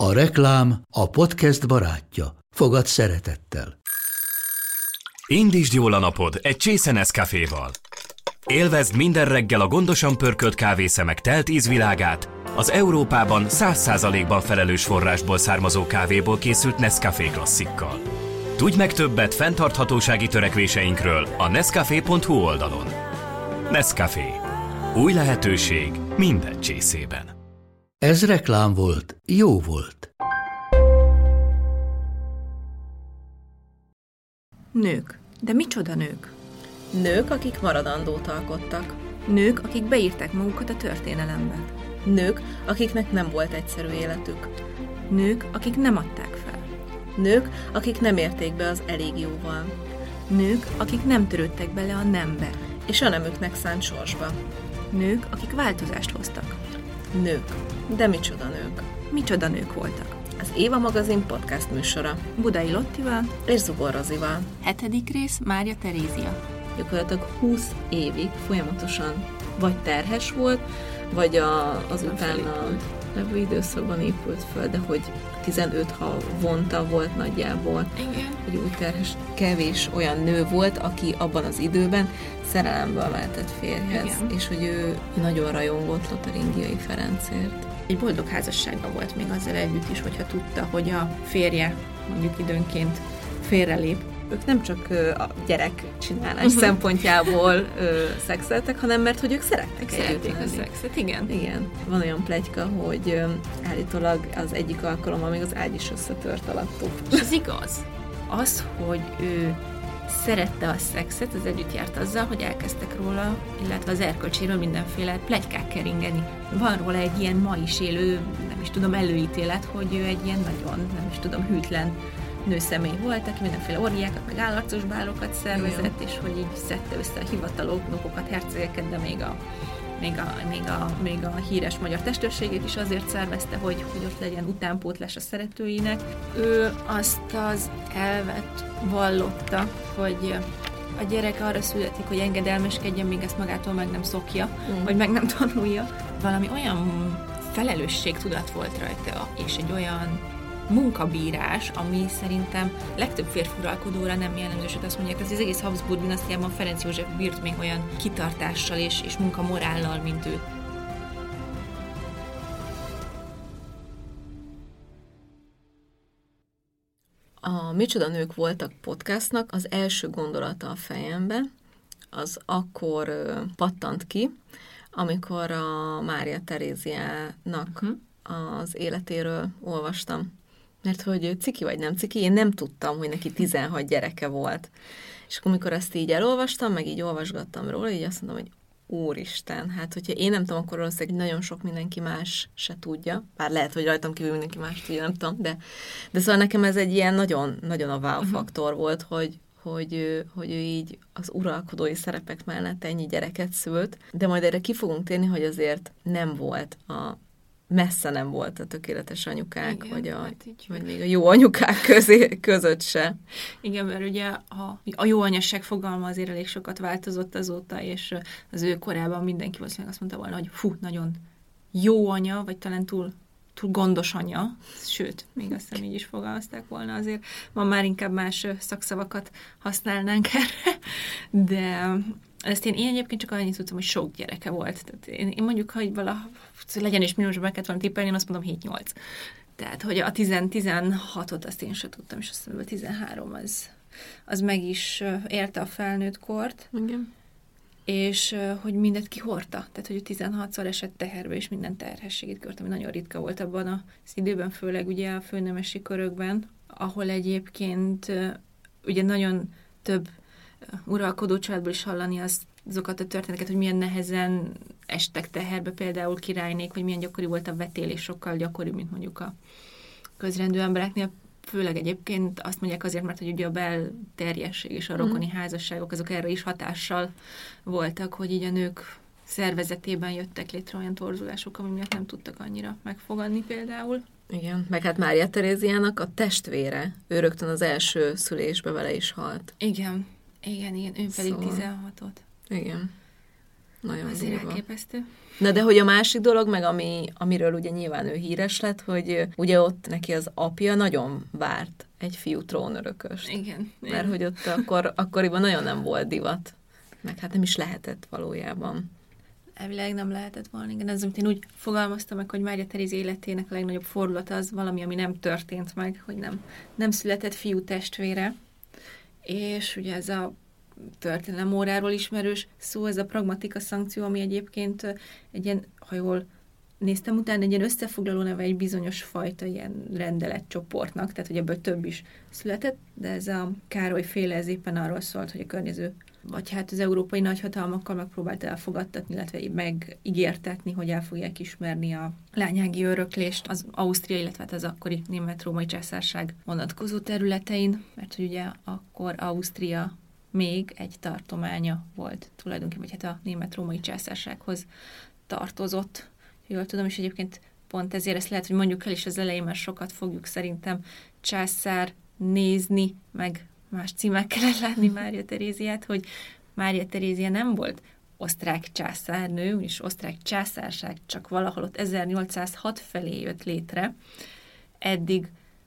A reklám a podcast barátja. Fogad szeretettel. Indítsd jól a napod egy csésze Nescaféval. Élvezd minden reggel a gondosan pörkölt kávészemek telt ízvilágát, az Európában 100%-ban felelős forrásból származó kávéból készült Nescafé klasszikkal. Tudj meg többet fenntarthatósági törekvéseinkről a nescafé.hu oldalon. Nescafé. Új lehetőség minden csészében. Ez reklám volt, jó volt. Nők. De micsoda nők? Nők, akik maradandót alkottak. Nők, akik beírták magukat a történelembe. Nők, akiknek nem volt egyszerű életük. Nők, akik nem adták fel. Nők, akik nem érték be az elég jóval. Nők, akik nem törődtek bele a nembe. És a nemüknek szánt sorsba. Nők, akik változást hoztak. Nők. De micsoda nők. Micsoda nők voltak. Az Éva magazin podcast műsora. Budai Lottival és Zubor Rozival. 7. rész Mária Terézia. Gyakorlatilag 20 évig folyamatosan vagy terhes volt, vagy az utána levő időszakban épült föl, de hogy 15 havonta volt nagyjából. Igen. Hogy úgy terhes, kevés olyan nő volt, aki abban az időben szerelemből váltett férjhez. Igen. És hogy ő nagyon rajongott Lotaringiai Ferencért. Egy boldog házasságban volt még azzal együtt is, hogyha tudta, hogy a férje mondjuk időnként félrelép. Ők nem csak a gyerekcsinálás szempontjából szexeltek, hanem mert hogy ők szerettek együtt a szexet, igen. Igen. Van olyan pletyka, hogy állítólag az egyik alkalommal még az ágy is összetört alattuk. És ez igaz. Az, hogy ő szerette a szexet, az együtt járt azzal, hogy elkezdtek róla, illetve az erkölcséről mindenféle pletykák keringeni. Van róla egy ilyen ma is élő, nem is tudom, előítélet, hogy ő egy ilyen nagyon, nem is tudom, hűtlen nőszemély volt, aki mindenféle orgiákat, meg állarcos bálokat szervezett, és hogy így szedte össze a hivatalnokokat, hercegeket, de még a híres magyar testőrségét is azért szervezte, hogy ott legyen utánpótlás a szeretőinek. Ő azt az elvet vallotta, hogy a gyerek arra születik, hogy engedelmeskedjen, még ezt magától meg nem szokja, vagy meg nem tanulja. Valami olyan felelősségtudat volt rajta, és egy olyan munkabírás, ami szerintem legtöbb férfi uralkodóra nem jellemző, sőt azt mondják, hogy az egész Habsburg dinasztiában Ferenc József bírt még olyan kitartással és munkamorállal, mint ő. A Micsoda nők voltak podcastnak az első gondolata a fejembe, az akkor pattant ki, amikor a Mária Teréziának az életéről olvastam. Mert hogy ciki vagy nem ciki, én nem tudtam, hogy neki 16 gyereke volt. És akkor, amikor ezt így elolvastam, meg így olvasgattam róla, így azt mondom, hogy úristen, hát hogyha én nem tudom, akkor valószínűleg nagyon sok mindenki más se tudja. Bár lehet, hogy rajtam kívül mindenki más tudja, nem tudom, de szóval nekem ez egy ilyen nagyon, nagyon a wow faktor volt, hogy ő így az uralkodói szerepek mellett ennyi gyereket szült, de majd erre ki fogunk térni, hogy azért nem volt messze nem volt a tökéletes anyukák, igen, vagy még a jó anyukák között se. Igen, mert ugye a jó anyasság fogalma azért elég sokat változott azóta, és az ő korában mindenki valószínűleg azt mondta volna, hogy nagyon jó anya, vagy talán túl gondos anya, sőt, még azt hiszem így is fogalmazták volna, azért ma már inkább más szakszavakat használnánk erre, de ezt én egyébként csak annyit tudtam, hogy sok gyereke volt. Tehát én mondjuk, hogy legyen is minimumban meg kellett volna tippelni, én azt mondom 7-8. Tehát, hogy a 16-ot azt én sem tudtam, és azt mondom, a 13 az meg is érte a felnőtt kort. Igen. És hogy mindet kihordta. Tehát, hogy 16-szor esett teherbe, és minden terhességét kört, ami nagyon ritka volt abban az időben, főleg ugye a főnemesi körökben, ahol egyébként ugye nagyon több uralkodó családból is hallani azokat a történeteket, hogy milyen nehezen estek teherbe, például királynék, vagy milyen gyakori volt a vetélés, sokkal gyakoribb, mint mondjuk a közrendű embereknél. Főleg egyébként azt mondják azért, mert hogy ugye a belterjesség és a rokoni házasságok, azok erre is hatással voltak, hogy így a nők szervezetében jöttek létre olyan torzulások, ami miatt nem tudtak annyira megfogadni például. Igen, meg hát Mária Teréziának a testvére, ő rögtön az első szülésbe vele is halt. Igen, ő pedig 16-ot. Igen. Nagyon Ez durva. elképesztő. Na de hogy a másik dolog, meg amiről ugye nyilván ő híres lett, hogy ugye ott neki az apja nagyon várt egy fiú trónörököst. Igen. Mert hogy ott akkoriban nagyon nem volt divat. Meg hát nem is lehetett valójában. Elvileg nem lehetett volna. Igen, ez, amit én úgy fogalmaztam meg, hogy Mária Terézia életének a legnagyobb fordulata az valami, ami nem történt meg, hogy nem született fiú testvére. És ugye ez a történelem óráról ismerős szó, ez a pragmatika szankció, ami egyébként egy ilyen, ha jól néztem utána, egy ilyen összefoglaló neve egy bizonyos fajta ilyen rendeletcsoportnak, tehát hogy ebből több is született, de ez a Károly féle, ez éppen arról szólt, hogy a környező, vagy hát az európai nagyhatalmakkal megpróbált elfogadtatni, illetve megígértetni, hogy el fogják ismerni a lányági öröklést az Ausztria, illetve az akkori német-római császárság vonatkozó területein, mert hogy ugye akkor Ausztria még egy tartománya volt tulajdonképpen, vagy hát a német-római császársághoz tartozott. Jól tudom, és egyébként pont ezért ezt lehet, hogy mondjuk el is az elején, mert sokat fogjuk szerintem császár nézni, meg más címekkel látni Mária Teréziát, hogy Mária Terézia nem volt osztrák császárnő, és osztrák császárság csak valahol ott 1806 felé jött létre. Eddig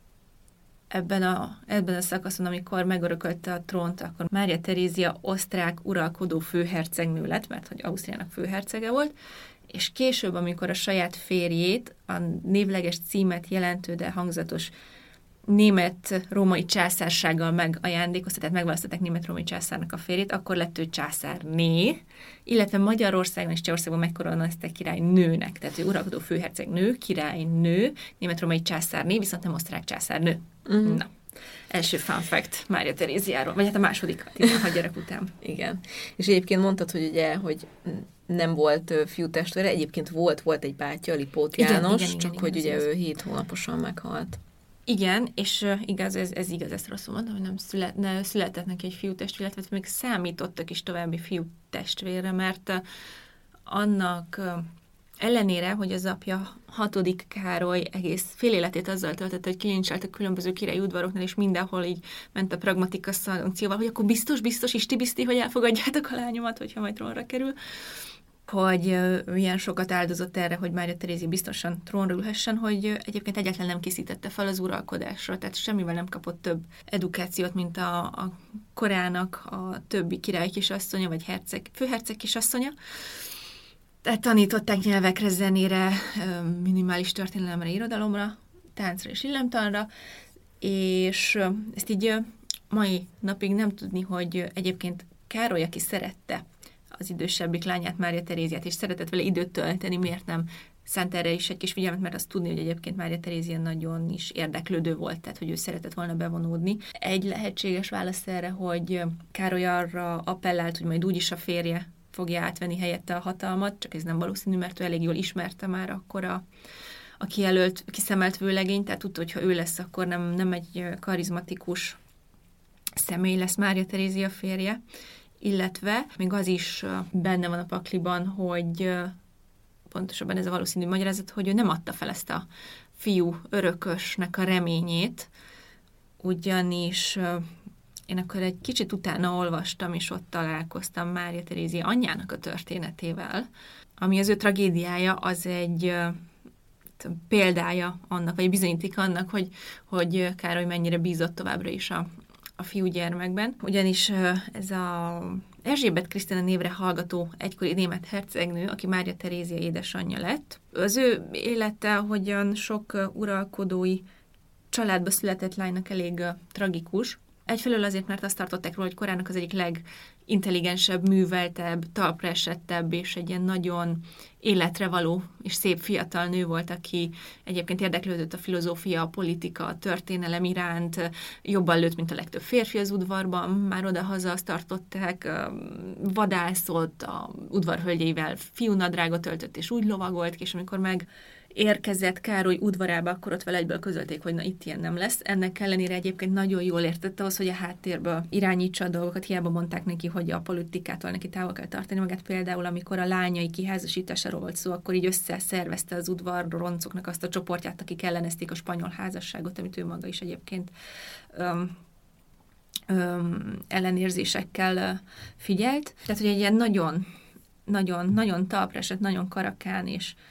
ebben a szakaszon, amikor megörökölte a trónt, akkor Mária Terézia osztrák uralkodó főhercegnő lett, mert hogy Ausztriának főhercege volt, és később, amikor a saját férjét, a névleges címet jelentő, de hangzatos német-római császársággal megajándékozta, tehát megválasztották német-római császárnak a férjét, akkor lett ő császárné, illetve Magyarországon és Csehországban megkoronázták királynőnek, tehát ő uralkodó főhercegnő, királynő, német-római császárné, viszont nem osztrák császárnő. Uh-huh. Na, első fun fact Mária Teréziáról, vagy hát a második 16 gyerek után. Igen. És egyébként mondtad, hogy ugye, hogy nem volt fiú testvére, egyébként volt egy bátyja, Lipót János, igen, csak hogy ugye ő 7 hónaposan meghalt. Igen, és igaz, ez igaz, ezt rosszul mondom, hogy nem született neki egy fiú testvére, illetve még számítottak is további fiú testvére, mert annak ellenére, hogy az apja 6. Károly egész fél életét azzal töltött, hogy kilincselt a különböző királyi udvaroknál, és mindenhol így ment a pragmatika szankcióval, hogy akkor biztos, isti-bizti, hogy elfogadjátok a lányomat, hogyha majd trónra kerül, hogy ilyen sokat áldozott erre, hogy Mária Terézia biztosan trónra ülhessen, hogy egyébként egyáltalán nem készítette fel az uralkodásra, tehát semmivel nem kapott több edukációt, mint a korának a többi király kisasszonya, vagy főherceg kisasszonya. Tehát tanították nyelvekre, zenére, minimális történelemre, irodalomra, táncra és illemtanra, és ezt így mai napig nem tudni, hogy egyébként Károly, aki szerette az idősebbik lányát, Mária Teréziát, és szeretett vele időt tölteni, miért nem szánt erre is egy kis figyelmet, mert azt tudni, hogy egyébként Mária Terézia nagyon is érdeklődő volt, tehát hogy ő szeretett volna bevonódni. Egy lehetséges válasz erre, hogy Károly arra appellált, hogy majd úgyis a férje fogja átvenni helyette a hatalmat, csak ez nem valószínű, mert ő elég jól ismerte már akkor a kiszemelt vőlegény, tehát tudta, hogy ha ő lesz, akkor nem egy karizmatikus személy lesz Mária Terézia férje, illetve még az is benne van a pakliban, hogy pontosabban ez a valószínű magyarázat, hogy ő nem adta fel ezt a fiú örökösnek a reményét, ugyanis én akkor egy kicsit utána olvastam, és ott találkoztam Mária Terézia anyjának a történetével, ami az ő tragédiája, az egy példája annak, vagy bizonyíték annak, hogy Károly mennyire bízott továbbra is a fiúgyermekben. Ugyanis ez a Erzsébet Krisztina névre hallgató egykori német hercegnő, aki Mária Terézia édesanyja lett. Az ő élete, ahogyan sok uralkodói családba született lánynak elég tragikus. Egyfelől azért, mert azt tartották róla, hogy korának az egyik legintelligensebb, műveltebb, talpra esettebb, és egy ilyen nagyon életre való és szép fiatal nő volt, aki egyébként érdeklődött a filozófia, a politika, a történelem iránt, jobban lőtt, mint a legtöbb férfi az udvarban, már oda-haza azt tartották, vadászott, a udvarhölgyeivel fiúnadrágot öltött, és úgy lovagolt, és amikor érkezett Károly udvarába, akkor ott vele egyből közölték, hogy na itt ilyen nem lesz. Ennek ellenére egyébként nagyon jól értette az, hogy a háttérből irányítsa a dolgokat, hiába mondták neki, hogy a politikától neki távol kell tartani magát. Például, amikor a lányai kiházasításáról volt szó, akkor így összeszervezte az udvar roncoknak azt a csoportját, akik ellenezték a spanyol házasságot, amit ő maga is egyébként ellenérzésekkel figyelt. Tehát, hogy egy ilyen nagyon nagyon, nagyon talpra esett, nagyon karakán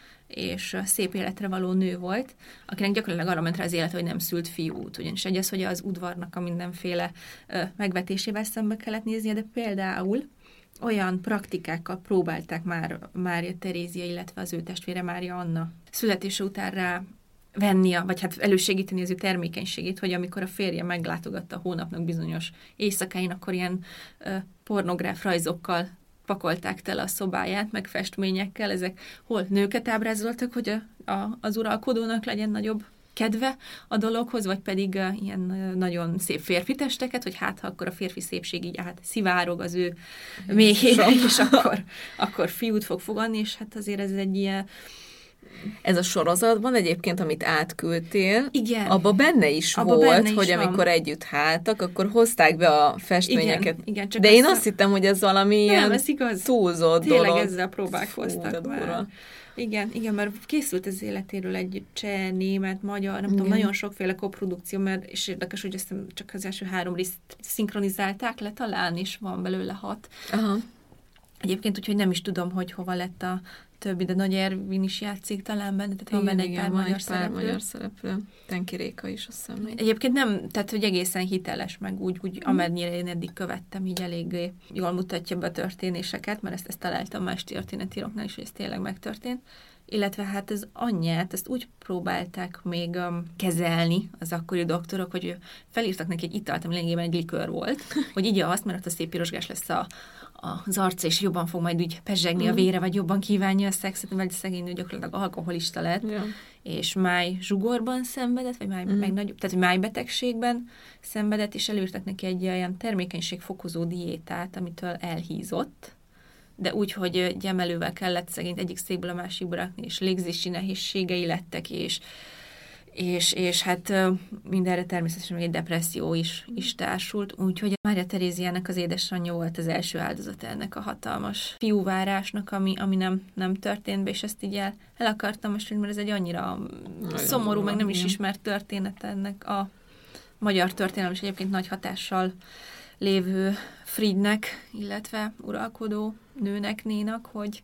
és szép életre való nő volt, akinek gyakorlatilag arra ment rá az élet, hogy nem szült fiút. Ugyanis egy az, hogy az udvarnak a mindenféle megvetésével szembe kellett néznie, de például olyan praktikákkal próbálták már Mária Terézia, illetve az ő testvére Mária Anna születése után rá venni, vagy hát elősegíteni az ő termékenységét, hogy amikor a férje meglátogatta a hónapnak bizonyos éjszakáin, akkor ilyen pornográf rajzokkal pakolták tele a szobáját, meg festményekkel, ezek hol nőket ábrázoltak, hogy az uralkodónak legyen nagyobb kedve a dologhoz, vagy pedig ilyen nagyon szép férfi testeket, hogy hát ha akkor a férfi szépség így szivárog az ő méhére, és akkor fiút fog fogadni, és hát azért ez egy ilyen... Ez a sorozatban egyébként, amit átküldtél, igen, abban benne is abba volt, benne is hogy van. amikor együtt háltak, akkor hozták be a festményeket. Igen, de én azt hittem, hogy ez valami ilyen túlzott tényleg dolog. ezzel próbálkoztak már. Igen, mert készült az életéről egy cseh, német, magyar, nem tudom, nagyon sokféle koprodukció, mert és érdekes, hogy ezt csak az első 3 részt szinkronizálták le talán, és van belőle 6. Aha. Egyébként úgyhogy nem is tudom, hogy hova lett a többi, de Nagy Ervin is játszik talán benne, tehát van benne egy pár magyar szereplő. Tenki Réka is, azt hiszem. Egyébként nem, tehát hogy egészen hiteles, meg úgy amennyire én eddig követtem, így eléggé jól mutatja be a történéseket, mert ezt találtam más történetíróknál is, hogy ez tényleg megtörtént. Illetve hát az anyját, ezt úgy próbálták még kezelni az akkori doktorok, hogy felírtak neki egy italt, ami lényegében egy likőr volt, hogy igya azt, mert ott a szép pirosgás lesz az arca, és jobban fog majd úgy pezsegni a vére, vagy jobban kívánja a szexet, vagy szegény nő gyakorlatilag alkoholista lett, és máj zsugorban szenvedett, vagy tehát májbetegségben szenvedett, és előírtak neki egy olyan termékenységfokozó diétát, amitől elhízott, de úgy, hogy emelővel kellett szegényt egyik székből a másikba rakni, és légzési nehézségei lettek, és hát mindenre természetesen még egy depresszió is társult, úgyhogy Mária Teréziának az édesanyja volt az első áldozata ennek a hatalmas fiúvárásnak, ami nem történt be, és ezt így el akartam mesélni, mert ez egy annyira szomorú, meg nem is ismert történet ennek a magyar történelem, és egyébként nagy hatással lévő Friednek, illetve uralkodó nőnek, Nénak, hogy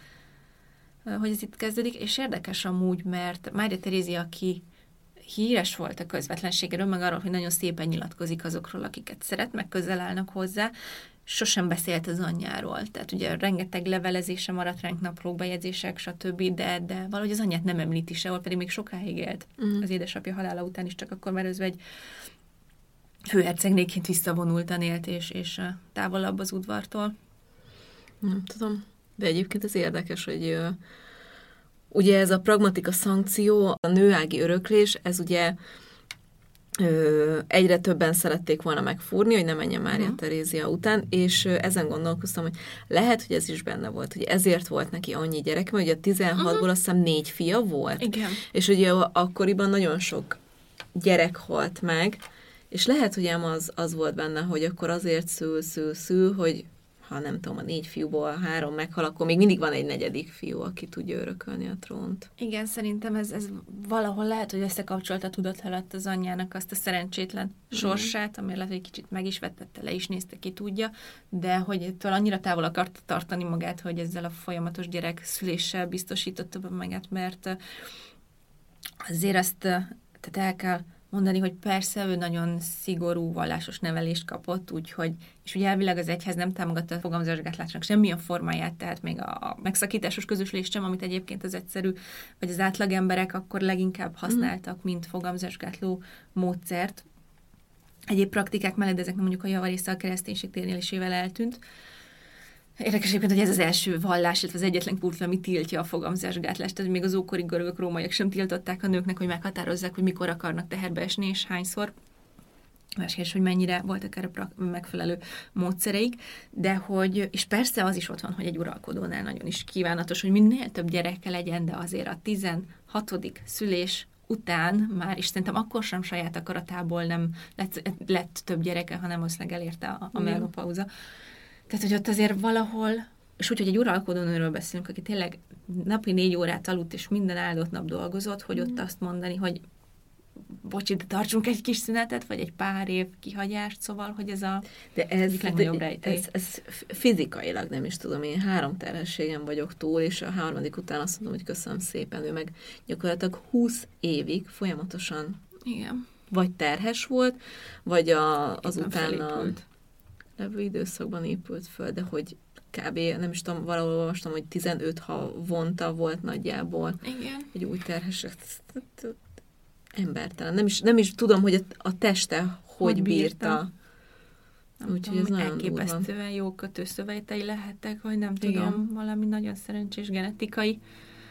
ez itt kezdődik, és érdekes amúgy, mert Mária Terézia, aki híres volt a közvetlenségéről, meg arról, hogy nagyon szépen nyilatkozik azokról, akiket szeret, meg közel állnak hozzá, sosem beszélt az anyjáról. Tehát ugye rengeteg levelezése maradt ránk, naplók, bejegyzések, stb., de valahogy az anyját nem említi sehol, pedig még sokáig élt az édesapja halála után is, csak akkor már ez egy főhercegnéként visszavonultan élt, és távolabb az udvartól. Nem tudom. De egyébként ez érdekes, hogy ugye ez a pragmatika szankció, a nőági öröklés, ez ugye egyre többen szerették volna megfúrni, hogy ne menjen Mária Terézia után, és ezen gondolkoztam, hogy lehet, hogy ez is benne volt, hogy ezért volt neki annyi gyerek, mert ugye a 16-ból azt hiszem 4 fia volt. Igen. És ugye akkoriban nagyon sok gyerek halt meg, és lehet, hogy az volt benne, hogy akkor azért szül, hogy ha nem tudom, a 4 fiúból 3 meghal, akkor még mindig van egy 4. fiú, aki tudja örökölni a trónt. Igen, szerintem ez valahol lehet, hogy összekapcsolta a tudat alatt az anyjának azt a szerencsétlen sorsát, amire lehet, hogy kicsit meg is vettette, le is nézte, ki tudja, de hogy ettől annyira távol akarta tartani magát, hogy ezzel a folyamatos gyerek szüléssel biztosította be magát, mert azért azt tehát el kell mondani, hogy persze ő nagyon szigorú vallásos nevelést kapott, úgyhogy, és ugye elvileg az egyház nem támogatta a fogamzásgátlásnak semmilyen formáját, tehát még a megszakításos közöslést sem, amit egyébként az egyszerű, vagy az átlag emberek akkor leginkább használtak, mint fogamzásgátló módszert. Egyéb praktikák mellett, de ezeknek mondjuk a javarésze a kereszténység térnyelésével eltűnt. Érdekes egyébként, hogy ez az első vallás, illetve az egyetlen kult, ami tiltja a fogamzásgátlást, tehát még az ókori görögök, rómaiak sem tiltották a nőknek, hogy meghatározzák, hogy mikor akarnak teherbe esni, és hányszor. Másképp, hogy mennyire voltak erre megfelelő módszereik, de hogy, és persze az is ott van, hogy egy uralkodónál nagyon is kívánatos, hogy minél több gyereke legyen, de azért a 16. szülés után már, és szerintem akkor sem saját akaratából nem lett több gyereke, hanem valószínűleg elérte a menopauza. Tehát, hogy ott azért valahol, és úgy, hogy egy uralkodónőről beszélünk, aki tényleg napi 4 órát aludt, és minden áldott nap dolgozott, hogy ott azt mondani, hogy bocsi, de tartsunk egy kis szünetet, vagy egy pár év kihagyást, szóval, hogy ez a legnagyobb rejtély. Ez fizikailag nem is tudom, én 3 terhességen vagyok túl, és a 3. után azt mondom, hogy köszönöm szépen, ő meg gyakorlatilag 20 évig folyamatosan igen. vagy terhes volt, vagy az utána levő időszakban épült föl, de hogy kb. Nem is tudom, valahol olvastam, hogy 15 havonta volt nagyjából. Igen. Egy új terhes, embertelen. Nem is tudom, hogy a teste hogy bírta. Úgyhogy ez nagyon elképesztően jó kötőszövetei lehettek, vagy nem tudom, valami nagyon szerencsés genetikai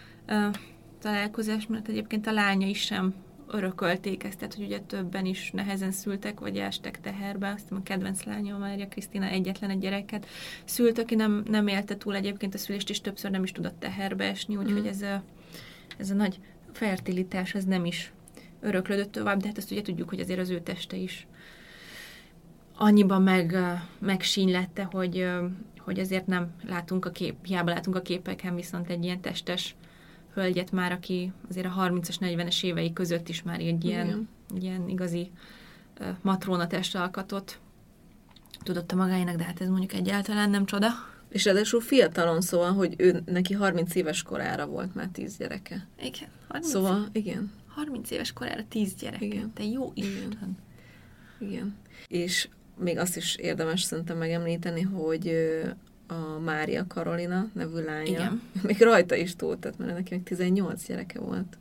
találkozás, mert egyébként a lányai sem örökölték ezt, tehát hogy ugye többen is nehezen szültek, vagy estek teherbe. Aztán a kedvenc lányom, Mária Krisztina egyetlen egy gyereket szült, aki nem élte túl egyébként a szülést, és többször nem is tudott teherbe esni, úgyhogy ez a nagy fertilitás, ez nem is öröklődött tovább, de hát ezt ugye tudjuk, hogy azért az ő teste is annyiban megsínylette, hogy azért nem látunk hiába látunk a képeken, viszont egy ilyen testes hölgyet már, aki azért a 30-as, 40-es évei között is már egy ilyen igazi matróna testalkatot tudott a magáénak, de hát ez mondjuk egyáltalán nem csoda. És ráadásul fiatalon, szóval, hogy neki 30 éves korára volt már 10 gyereke. Igen. 30 éves korára 10 gyereke. Igen. Te jó Isten. Igen. És még azt is érdemes szerintem megemlíteni, hogy a Mária Karolina nevű lánya, még rajta is túltett, mert neki még 18 gyereke volt.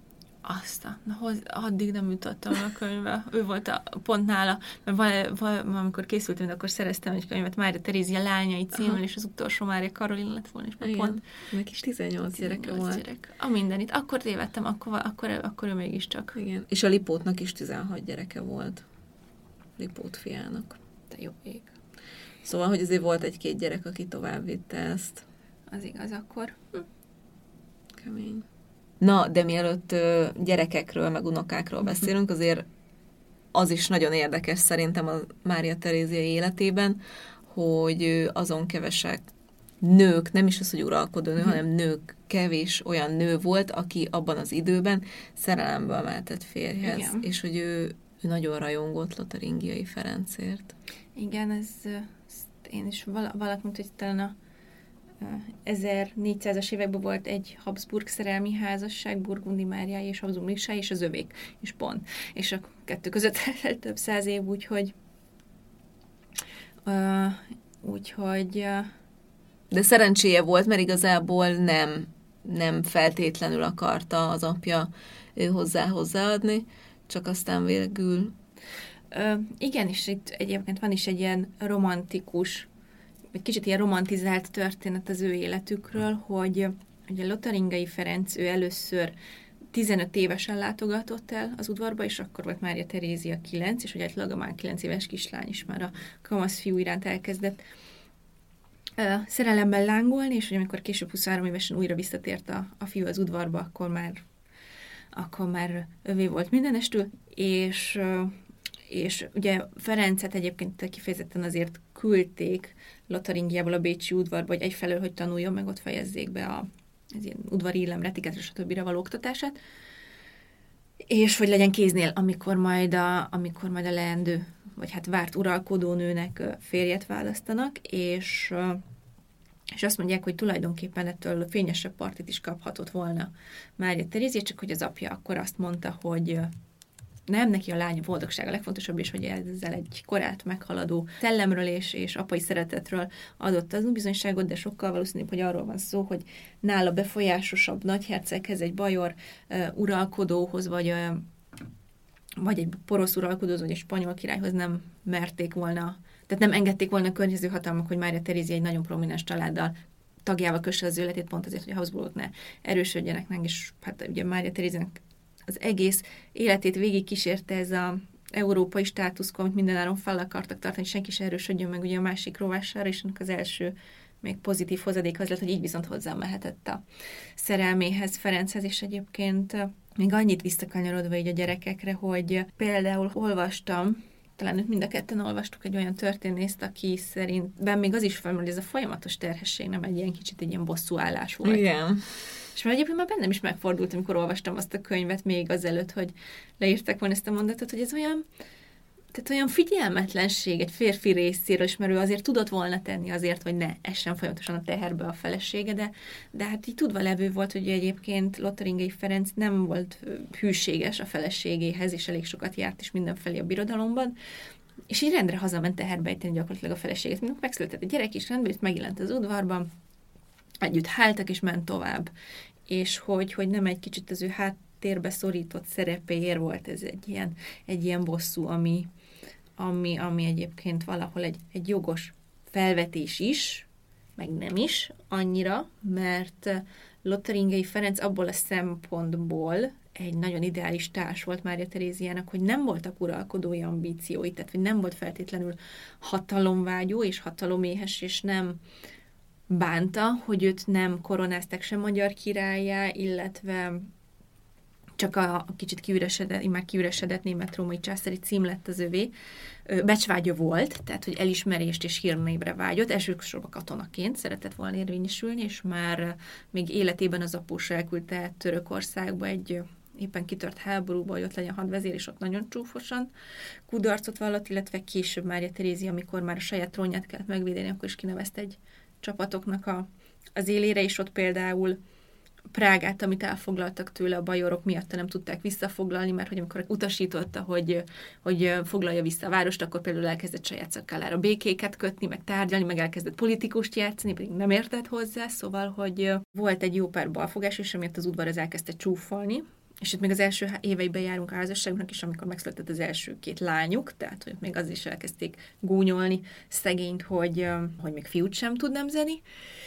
Addig nem jutottam a könyvbe. Ő volt pont nála, mert amikor készültem, akkor szereztem egy könyvet Mária Terézia lányai címmel, és az utolsó Mária Karolina lett volna, és pont... Neki is 18 gyereke volt. A mindenit. Akkor tévedtem, akkor ő mégiscsak. Igen. És a Lipótnak is 16 gyereke volt. Lipót fiának. Te jó ég. Szóval, hogy azért volt 1-2 gyerek, aki tovább vitte ezt. Az igaz, akkor. Kemény. Na, de mielőtt gyerekekről, meg unokákról beszélünk, azért az is nagyon érdekes szerintem a Mária Terézia életében, hogy azon kevesek nők, nem is az, hogy uralkodó nő, hanem nők, kevés olyan nő volt, aki abban az időben szerelemből emeltett férjhez. Igen. És hogy ő nagyon rajongott Lotaringiai Ferencért. Igen, ez én is valaki mondta, hogy talán a 1400-as években volt egy Habsburg szerelmi házasság, Burgundi Mária és Habsburg Miksa, és az övék, és pont. És a kettő között több 100 év, úgyhogy de szerencséje volt, mert igazából nem feltétlenül akarta az apja hozzáadni, csak aztán végül... Igen, és itt egyébként van is egy ilyen romantikus, egy kicsit ilyen romantizált történet az ő életükről, hogy ugye Lotaringiai Ferenc, ő először 15 évesen látogatott el az udvarba, és akkor volt Mária Terézia 9, és ugye a már 9 éves kislány is már a kamasz fiú iránt elkezdett szerelemmel lángolni, és ugye amikor később 23 évesen újra visszatért a fiú az udvarba, akkor már övé volt mindenestül, és ugye Ferencet egyébként kifejezetten azért küldték Lotaringiából a bécsi udvarba, hogy egyfelől, hogy tanuljon, meg ott fejezzék be az ilyen udvari illemre, etiketre, stb. Való oktatását, és hogy legyen kéznél, amikor majd a leendő, vagy hát várt uralkodónőnek férjet választanak, és azt mondják, hogy tulajdonképpen ettől fényesebb partit is kaphatott volna Mária Terézia, csak hogy az apja akkor azt mondta, hogy nem, neki a lánya boldogsága a legfontosabb, és hogy ezzel egy korát meghaladó szellemről és apai szeretetről adott az bizonyságot, de sokkal valószínűbb, hogy arról van szó, hogy nála befolyásosabb nagyherceghez, egy bajor uralkodóhoz, vagy egy porosz uralkodóhoz, vagy egy spanyol királyhoz nem merték volna, tehát nem engedték volna a környező hatalmak, hogy Mária Terézia egy nagyon prominens családdal tagjával kösse az életét, pont azért, hogy a Habsburgok ne erősödjenek meg, és hát ugye Mária Teréziának az egész életét végig kísérte ez az európai státuszkó, amit mindenáron fel akartak tartani, hogy senki se erősödjön meg ugye a másik rovására, és ennek az első még pozitív hozadék az lett, hogy így viszont hozzámehetett a szerelméhez, Ferenchez, és egyébként még annyit visszakanyarodva így a gyerekekre, hogy például olvastam, talán mind a ketten olvastuk egy olyan történészt, aki szerintben még az is felmerül, hogy ez a folyamatos terhesség nem egy ilyen kicsit egy ilyen bosszúállás volt. Igen. És már egyébként már bennem is megfordult, amikor olvastam azt a könyvet még azelőtt, hogy leírták volna ezt a mondatot, hogy ez olyan, tehát olyan figyelmetlenség egy férfi részéről is, mert ő azért tudott volna tenni azért, hogy ne essen folyamatosan a teherbe a felesége, de hát így tudva levő volt, hogy egyébként Lotharingai Ferenc nem volt hűséges a feleségéhez, és elég sokat járt is mindenfelé a birodalomban, és így rendre hazament teherbe ejteni gyakorlatilag a feleséget. Mindent megszületett a gyerek is, rendben, és megjelent az udvarban, együtt háltak, és ment tovább. És hogy nem egy kicsit az ő háttérbe szorított szerepéért volt ez egy ilyen bosszú, ami egyébként valahol egy jogos felvetés is, meg nem is annyira, mert Lotharingai Ferenc abból a szempontból egy nagyon ideális társ volt Mária Teréziának, hogy nem voltak uralkodói ambíciói, tehát hogy nem volt feltétlenül hatalomvágyó és hataloméhes, és nem bánta, hogy őt nem koronázták sem magyar királlyá, illetve csak a kicsit kiüresedett német-római császári cím lett az övé. Becsvágya volt, tehát hogy elismerést és hírnévre vágyott, elsősorban katonaként szeretett volna érvényesülni, és már még életében az após elküldte Törökországba egy éppen kitört háborúba, hogy ott legyen hadvezér, és ott nagyon csúfosan kudarcot vallott, illetve később Mária Terézia, amikor már a saját trónját kellett megvédeni, akkor is kinevezte egy csapatoknak az élére, és ott például Prágát, amit elfoglaltak tőle a bajorok miatt, nem tudták visszafoglalni, mert hogy amikor utasította, hogy foglalja vissza a várost, akkor például elkezdett saját szakállára békéket kötni, meg tárgyalni, meg elkezdett politikust játszani, pedig nem értett hozzá, szóval, hogy volt egy jó pár balfogás, és amiatt az udvar az elkezdte csúfolni, és itt még az első éveiben járunk a házasságunknak is, amikor megszületett az első 2 lányuk, tehát hogy még az is elkezdték gúnyolni szegényt, hogy még fiút sem tud nemzeni.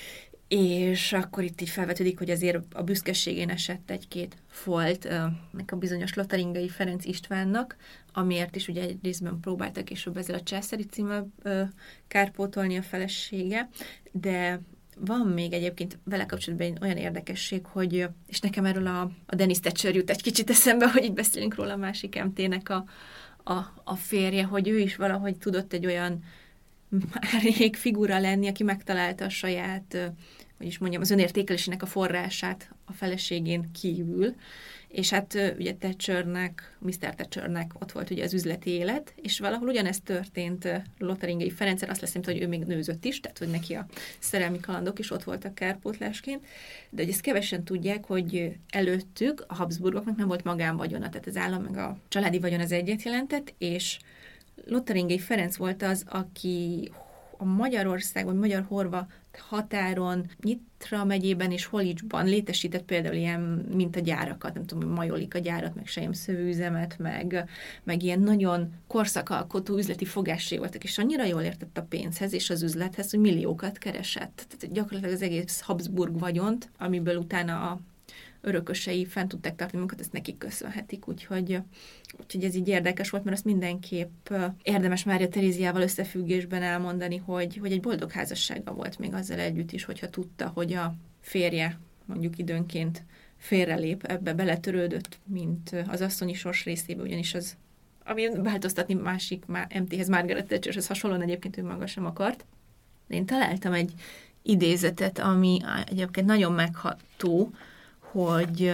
És akkor itt így felvetődik, hogy azért a büszkeségén esett 1-2 folt a bizonyos Lotharingai Ferenc Istvánnak, amiért is ugye egy részben próbáltak később ezzel a császári címmel kárpótolni a felesége, de van még egyébként vele kapcsolatban egy olyan érdekesség, hogy, és nekem erről a Dennis Thatcher jut egy kicsit eszembe, hogy itt beszélünk róla a másik MT-nek a férje, hogy ő is valahogy tudott egy olyan rég figura lenni, aki megtalálta a saját, hogy is mondjam, az önértékelésének a forrását a feleségén kívül, és hát ugye Mr. Thatchernek ott volt ugye az üzleti élet, és valahol ugyanezt történt Lotharingai Ferenccel, azt lesz, hogy ő még nőzött is, tehát hogy neki a szerelmi kalandok is ott voltak kárpótlásként, de hogy ezt kevesen tudják, hogy előttük a Habsburgoknak nem volt magánvagyona, tehát az állam meg a családi vagyon az egyet jelentett, és Lotharingai Ferenc volt az, aki a Magyarország vagy magyar-horvát határon, Nyitra megyében és Holicsban létesített például ilyen mintagyárakat, nem tudom, Majolika gyárat, meg selyemszövőüzemet, meg ilyen nagyon korszakalkotó üzleti fogássé voltak, és annyira jól értett a pénzhez és az üzlethez, hogy milliókat keresett. Tehát gyakorlatilag az egész Habsburg vagyont, amiből utána a örökösei fent tudták tartani magukat, ezt nekik köszönhetik, úgyhogy ez így érdekes volt, mert azt mindenképp érdemes Mária Teréziával összefüggésben elmondani, hogy egy boldog házassága volt még azzal együtt is, hogyha tudta, hogy a férje mondjuk időnként félrelép, ebbe beletörődött, mint az asszonyi sors részébe, ugyanis az, ami változtatni másik MT-hez, Margaret Thatcherhez hasonlóan egyébként ő maga sem akart. De én találtam egy idézetet, ami egyébként nagyon megható, hogy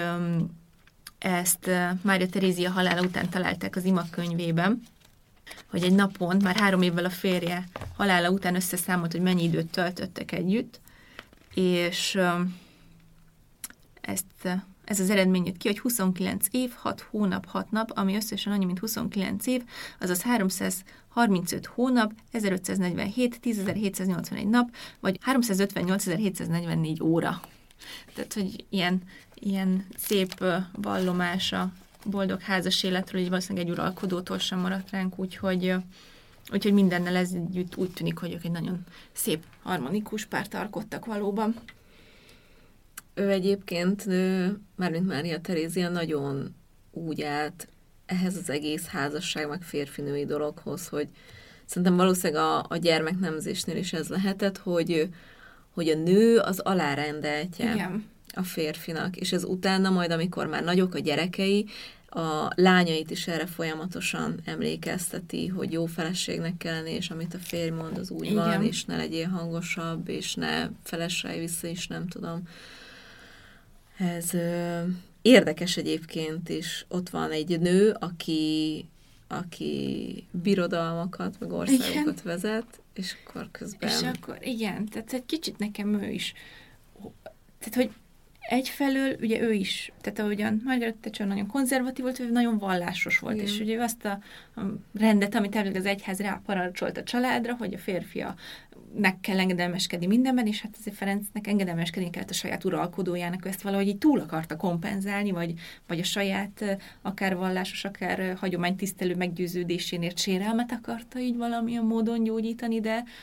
ezt Mária Terézia halála után találták az imakönyvében, hogy egy napon, már 3 évvel a férje halála után összeszámolt, hogy mennyi időt töltöttek együtt, és ez az eredmény jött ki, hogy 29 év, 6 hónap, 6 nap, ami összesen annyi, mint 29 év, azaz 335 hónap, 1547, 10.781 nap, vagy 358.744 óra. Tehát, hogy ilyen szép vallomása boldog házas életről, így valószínűleg egy uralkodótól sem maradt ránk, úgyhogy mindennel ez együtt úgy tűnik, hogy ők egy nagyon szép, harmonikus párt alkottak valóban. Ő egyébként, mármint Mária Terézia nagyon úgy állt ehhez az egész házasság, meg férfinői dologhoz, hogy szerintem valószínűleg a gyermeknemzésnél is ez lehetett, hogy a nő az alárendeltje. Igen. A férfinak, és ez utána majd, amikor már nagyok a gyerekei, a lányait is erre folyamatosan emlékezteti, hogy jó feleségnek kell lenni, és amit a férj mond, az úgy Igen. van, és ne legyél hangosabb, és ne felesselj vissza, és nem tudom. Ez érdekes egyébként is. Ott van egy nő, aki birodalmakat, meg országokat vezet, és akkor közben... És akkor, igen, tehát egy kicsit nekem ő is. Tehát, hogy egyfelől, ugye ő is, tehát ahogyan Margaret Thatcher nagyon konzervatív volt, ő nagyon vallásos volt, igen. És ugye azt a rendet, amit elvileg az egyház ráparancsolt a családra, hogy a férfinek kell engedelmeskedni mindenben, és hát azért Ferencnek engedelmeskedni kellett a saját uralkodójának, ezt valahogy így túl akarta kompenzálni, vagy a saját akár vallásos, akár hagyománytisztelő meggyőződésénért sérelmet akarta így valamilyen módon gyógyítani,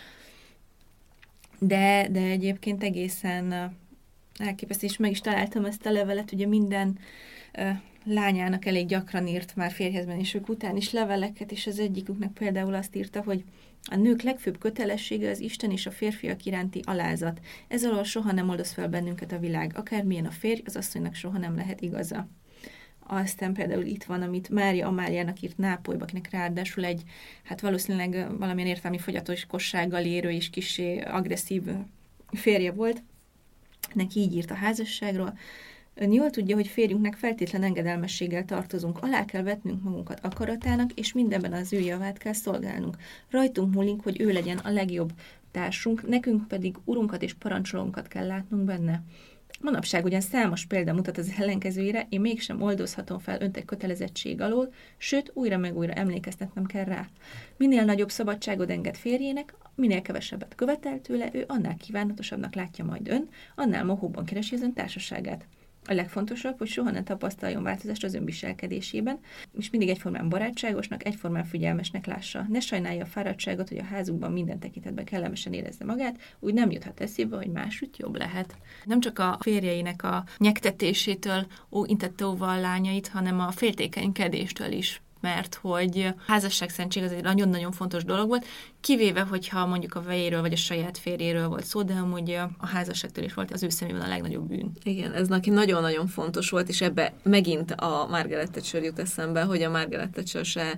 de egyébként egészen elképesztő, és meg is találtam ezt a levelet, ugye minden lányának elég gyakran írt már férjhez menésük után is leveleket, és az egyiküknek például azt írta, hogy a nők legfőbb kötelessége az Isten és a férfiak iránti alázat. Ez alól soha nem oldoz fel bennünket a világ. Akármilyen a férj, az asszonynak soha nem lehet igaza. Aztán például itt van, amit Mária Amáliának írt Nápolyba, akinek ráadásul egy, hát valószínűleg valamilyen értelmi fogyatékossággal érő és kissé agresszív férje volt. Neki így írt a házasságról. Ön jól tudja, hogy férjünknek feltétlen engedelmességgel tartozunk, alá kell vetnünk magunkat akaratának, és mindenben az ő javát kell szolgálnunk. Rajtunk múlik, hogy ő legyen a legjobb társunk, nekünk pedig urunkat és parancsolónkat kell látnunk benne. Manapság ugyan számos példa mutat az ellenkezőjére, én mégsem oldozhatom fel önt egy kötelezettség alól, sőt, újra meg újra emlékeztetnem kell rá. Minél nagyobb szabadságot enged férjének, minél kevesebbet követel tőle, ő annál kívánatosabbnak látja majd ön, annál mohóban keresi az ön társaságát. A legfontosabb, hogy soha ne tapasztaljon változást az önviselkedésében, és mindig egyformán barátságosnak, egyformán figyelmesnek lássa. Ne sajnálja a fáradtságot, hogy a házukban minden tekintetben kellemesen érezze magát, úgy nem juthat eszébe, hogy másütt jobb lehet. Nem csak a férjeinek a nyektetésétől intette óva a lányait, hanem a féltékenykedéstől is, mert hogy a házasságszentség az egy nagyon-nagyon fontos dolog volt, kivéve, hogyha mondjuk a vejéről vagy a saját férjéről volt szó, de amúgy a házasságtól is volt az ő szemében a legnagyobb bűn. Igen, ez neki nagyon-nagyon fontos volt, és ebbe megint a Margaret Thatcher jut eszembe, hogy a Margaret Thatcher se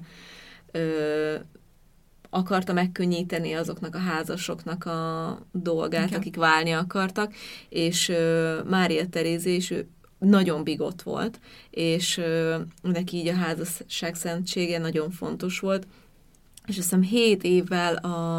akarta megkönnyíteni azoknak a házasoknak a dolgát, igen, akik válni akartak, és Mária Terézia is nagyon bigott volt, és neki így a házasság szentsége nagyon fontos volt, és azt hiszem 7 évvel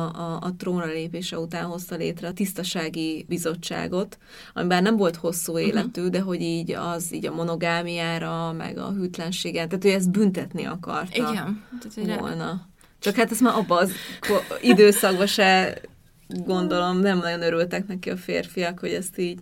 a trónra lépése után hozta létre a tisztasági bizottságot, ami bár nem volt hosszú életű, de hogy így az így a monogámiára, meg a hűtlenségen, tehát ő ezt büntetni akarta, igen, volna. Csak hát ezt már abban az időszakban se gondolom, nem nagyon örültek neki a férfiak, hogy ezt így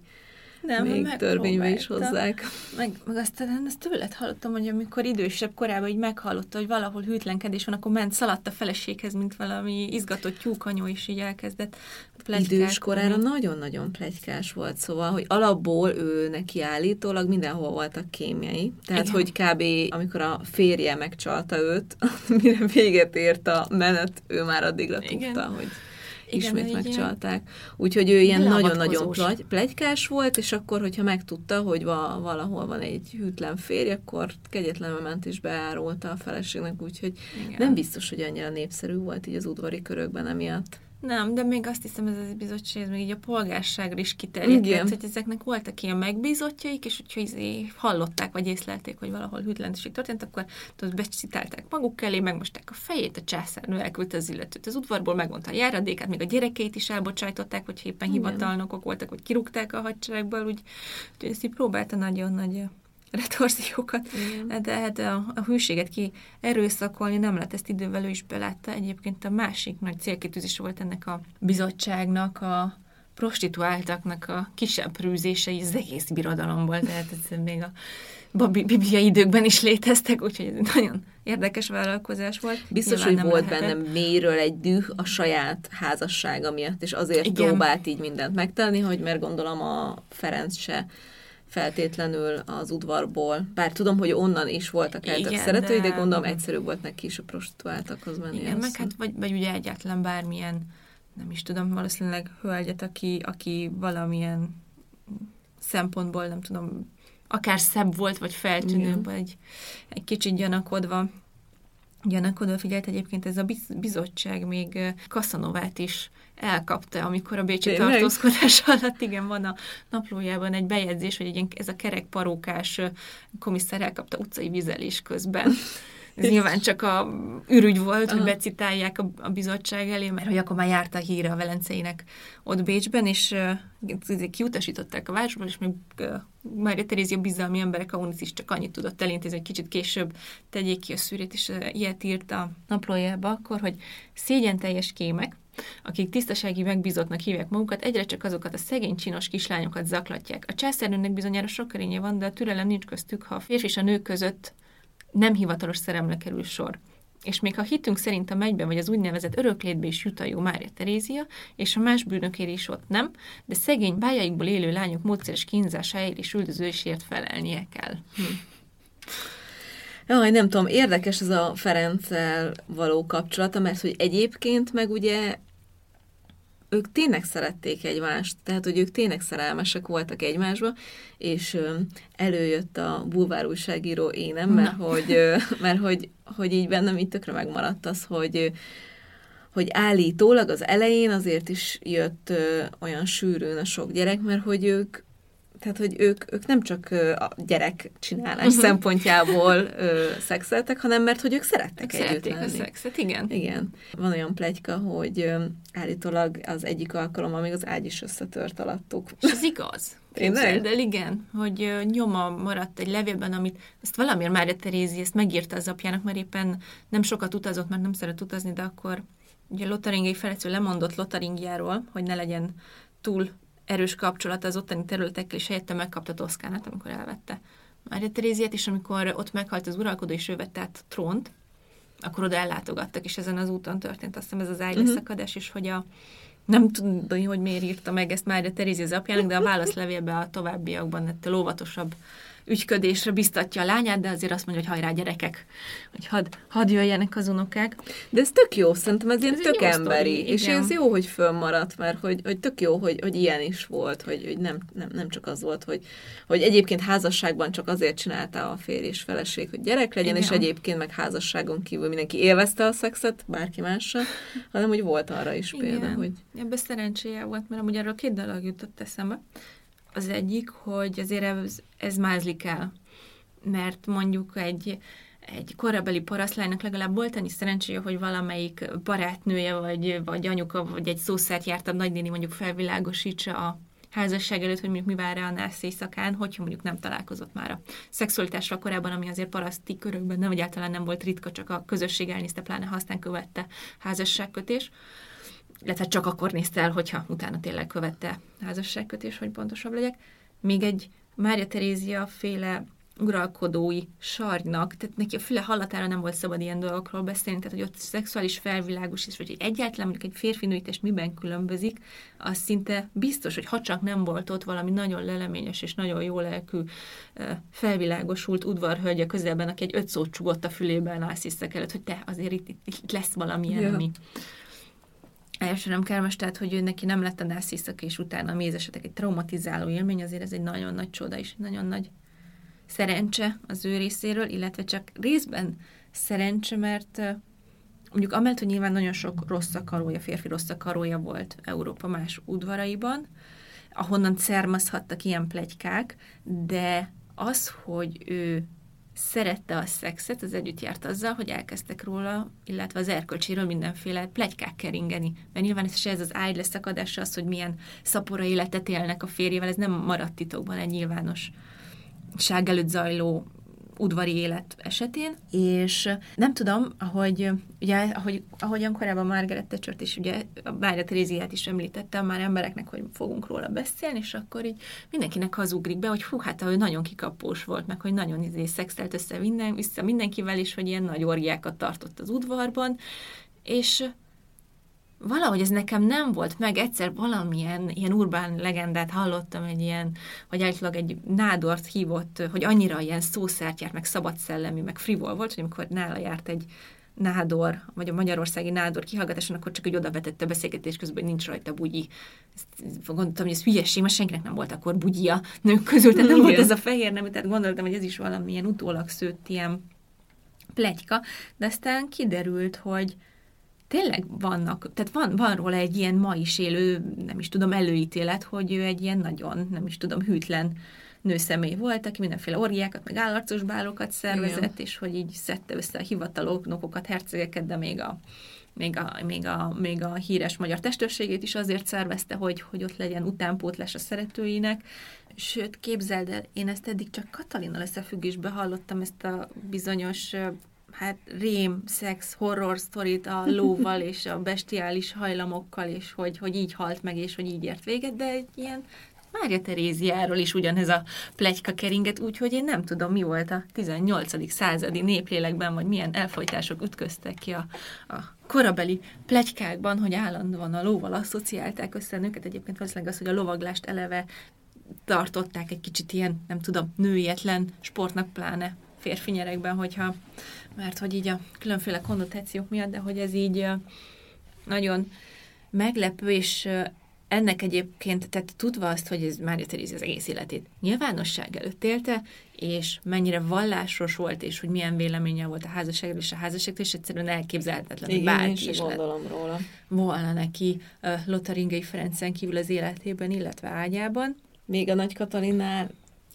még törvénybe is hozzák. Meg aztán ezt tőled hallottam, hogy amikor idősebb korában így meghallotta, hogy valahol hűtlenkedés van, akkor szaladt a feleséghez, mint valami izgatott tyúkanyó, és így elkezdett pletykálkodni. Idős korára nagyon-nagyon pletykás volt, szóval, hogy alapból ő neki állítólag mindenhol voltak kémjei. Tehát, igen, hogy kb. Amikor a férje megcsalta őt, mire véget ért a menet, ő már addigra tudta, hogy ismét megcsalták. Úgyhogy ő ilyen nagyon-nagyon pletykás volt, és akkor, hogyha megtudta, hogy valahol van egy hűtlen férj, akkor kegyetlenül ment és beárulta a feleségnek, úgyhogy igen, nem biztos, hogy annyira népszerű volt így az udvari körökben emiatt. Nem, de még azt hiszem, ez a bizottság, ez még így a polgárságra is kiterjedt, tehát, hogy ezeknek voltak ilyen megbízottjaik, és hogyha hallották, vagy észlelték, hogy valahol hűtlenség történt, akkor becitálták maguk elé, megmosták a fejét, a császárnő elküldte az illetőt az udvarból, megmondta a járadékát, még a gyerekeit is elbocsájtották, hogy éppen hivatalnokok voltak, hogy kirúgták a hadseregből, úgyhogy ezt így próbálta nagyon nagy retorziókat, de hát a hűséget ki erőszakolni nem lehet, ezt idővel ő is belátta. Egyébként a másik nagy célkitűzés volt ennek a bizottságnak, a prostituáltaknak a kiseprűzései az egész birodalomból, tehát ez még a bibliai időkben is léteztek, úgyhogy ez nagyon érdekes vállalkozás volt. Biztos, hogy volt benne mélyről egy düh a saját házassága miatt, és azért próbált így mindent megtenni, hogy mert gondolom a Ferenc se feltétlenül az udvarból. Bár tudom, hogy onnan is voltak eltök szeretői, de gondolom egyszerűbb volt neki is a prostituáltakhoz menni. Igen, meg hát vagy ugye egyáltalán bármilyen, nem is tudom, valószínűleg hölgyet, aki valamilyen szempontból, nem tudom, akár szebb volt, vagy feltűnőbb, vagy egy kicsit gyanakodva Ugyanak odafigyelt egyébként ez a bizottság még Casanovát is elkapta, amikor a bécsi tartózkodás alatt, igen, van a naplójában egy bejegyzés, hogy ez a kerekparókás komisszár elkapta utcai vizelés közben. Ez nyilván csak a ürügy volt, hogy becitálják a bizottság elé, mert hogy akkor már járt a híre a velenceinek ott Bécsben, és kiutasították a városból, és még Mária Terézia bizalmi emberek, a UNICEF is csak annyit tudott elintézni, hogy kicsit később tegyék ki a szűrét, és ilyet írt a naplójába akkor, hogy szégyenteljes kémek, akik tisztasági megbízottnak hívják magukat, egyre csak azokat a szegény csinos kislányokat zaklatják. A császárnőnek bizonyára sok erénye van, de a türelem nincs köztük, ha a férfi és a nő között nem hivatalos szerelemre kerül sor. És még ha hitünk szerint a mennyben vagy az úgynevezett öröklétbe is jut a jó Mária Terézia, és a más bűnökért is ott nem, de szegény bájaikból élő lányok módszeres kínzásáért és üldözésért felelnie kell. Jaj, nem tudom, érdekes ez a Ferenccel való kapcsolata, mert hogy egyébként meg ugye ők tényleg szerették egymást, tehát hogy ők tényleg szerelmesek voltak egymásba, és előjött a bulvár újságíró énem, mert hogy így bennem így tökre megmaradt az, hogy állítólag az elején azért is jött olyan sűrűn a sok gyerek, mert hogy ők nem csak a gyerekcsinálás szempontjából szexeltek, hanem mert hogy ők szerettek együtt lenni. A szexet, igen. Igen. Van olyan pletyka, hogy állítólag az egyik alkalommal még az ágy is összetört alattuk. És ez igaz. Tényleg? Igen, hogy nyoma maradt egy levélben, amit ezt valamiért Mária Terézia ezt megírta az apjának, mert éppen nem sokat utazott, mert nem szeret utazni, de akkor ugye Lotaringiai Ferencről lemondott Lotaringiáról, hogy ne legyen túl erős kapcsolata az ottani területekkel, és helyette megkapta Toszkánát, amikor elvette Mária Teréziát, és amikor ott meghalt az uralkodó, és ő vette át a trónt, akkor oda ellátogattak, és ezen az úton történt, azt hiszem ez az ágyleszakadás, és hogy nem tudom, hogy miért írta meg ezt Mária Terézia az apjának, de a válaszlevélben a továbbiakban ettől óvatosabb ügyködésre biztatja a lányát, de azért azt mondja, hogy hajrá gyerekek, hogy hadd jöjjenek az unokák. De ez tök jó, szerintem ez ilyen tök jó emberi, sztori, és igen. ez jó, hogy fönnmaradt, mert hogy tök jó, hogy ilyen is volt, hogy nem csak az volt, hogy egyébként házasságban csak azért csinálta a férj és feleség, hogy gyerek legyen, igen. És egyébként meg házasságon kívül mindenki élvezte a szexet, bárki mással, hanem hogy volt arra is példa, hogy... Ebben szerencséje volt, mert amúgy arról 2 dolog jutott eszembe. Az egyik, hogy azért ez mázlik el, mert mondjuk egy korabeli parasztlánynak legalább volt annyi szerencséje, hogy valamelyik barátnője, vagy anyuka, vagy egy szószert jártabb nagynéni mondjuk felvilágosítsa a házasság előtt, hogy mondjuk mi vár rá a nász éjszakán, hogyha mondjuk nem találkozott már a szexualitásra korábban, ami azért paraszti körökben nem, vagy általán nem volt ritka, csak a közösség elnézte, pláne ha aztán követte házasságkötés. Illetve csak akkor nézte el, hogyha utána tényleg követte házasságkötés, hogy pontosabb legyek. Még egy Mária Terézia féle uralkodói sarnynak, tehát neki a füle hallatára nem volt szabad ilyen dolgokról beszélni, tehát hogy ott szexuális felvilágosítás, vagy hogy egyáltalán mondjuk egy férfinőítést miben különbözik, az szinte biztos, hogy ha csak nem volt ott valami nagyon leleményes és nagyon jó lelkű felvilágosult udvarhölgy a közelben, aki egy 5 szót csugott a fülében násziszek előtt, hogy te azért itt lesz valamilyen, ami első nem kellemes, tehát, hogy ő neki nem lett a násziszak, és utána a mézesetek egy traumatizáló élmény, azért ez egy nagyon nagy csoda és nagyon nagy szerencse az ő részéről, illetve csak részben szerencse, mert mondjuk amellett, hogy nyilván nagyon sok rossz akarója, férfi rossz akarója volt Európa más udvaraiban, ahonnan származhattak ilyen pletykák, de az, hogy ő szerette a szexet, az együtt járt azzal, hogy elkezdtek róla, illetve az erkölcséről mindenféle pletykák keringeni. Mert nyilván ez az ágy leszakadása, az, hogy milyen szapora életet élnek a férjével, ez nem maradt titokban egy nyilvánosság előtt zajló udvari élet esetén, és nem tudom, ahogyan korábban Margaret Thatchert is, ugye a Mária Teréziát is említettem már embereknek, hogy fogunk róla beszélni, és akkor így mindenkinek hazugrik be, hogy hú, hát ő nagyon kikapós volt, meg hogy nagyon szexelt össze mindenkivel, és hogy ilyen nagy orgiákat tartott az udvarban, és valahogy ez nekem nem volt meg, egyszer valamilyen ilyen urbán legendát hallottam, egy ilyen, hogy állítólag egy nádort hívott, hogy annyira ilyen szószert járt, meg szabadszellemi, meg frivol volt, hogy amikor nála járt egy nádor, vagy a magyarországi nádor kihallgatáson, akkor csak egy odavetette a beszélgetés közben, hogy nincs rajta bugyi. Gondoltam, hogy ez hülyeség, mert senkinek nem volt akkor bugyia nők közül, tehát nem volt ez a fehér nemű, tehát gondoltam, hogy ez is valamilyen utólag szőtt ilyen pletyka, de aztán kiderült, hogy tényleg vannak, tehát van róla egy ilyen ma is élő, nem is tudom, előítélet, hogy ő egy ilyen nagyon, nem is tudom, hűtlen nőszemély volt, aki mindenféle orgiákat, meg állarcos bálokat szervezett, igen. És hogy így szedte össze a hivatalnokokat, hercegeket, de még a híres magyar testőrségét is azért szervezte, hogy ott legyen utánpótlás a szeretőinek. Sőt, képzeld el, én ezt eddig csak Katalinnal összefüggésben hallottam, ezt a bizonyos rém, szex, horror sztorit a lóval és a bestiális hajlamokkal, és hogy így halt meg, és hogy így ért véget, de egy ilyen Mária Teréziáról is ugyanez a pletyka keringet, úgyhogy én nem tudom, mi volt a 18. századi néplélekben, vagy milyen elfojtások ütköztek ki a korabeli pletykákban, hogy állandóan a lóval asszociálták össze nőket. Egyébként valószínűleg az, hogy a lovaglást eleve tartották egy kicsit ilyen, nem tudom, nőietlen sportnak, pláne férfi nyerekben, mert hogy így a különféle konnotációk miatt, de hogy ez így nagyon meglepő, és ennek egyébként, tehát tudva azt, hogy ez Mária Terézia az egész életét nyilvánosság előtt élte, és mennyire vallásos volt, és hogy milyen véleménye volt a házasságról és a házasságtól, és egyszerűen elképzelhetetlen, hogy bárki is róla. Volna neki Lotharingai Ferencen kívül az életében, illetve ágyában. Még a Nagy Katalinnál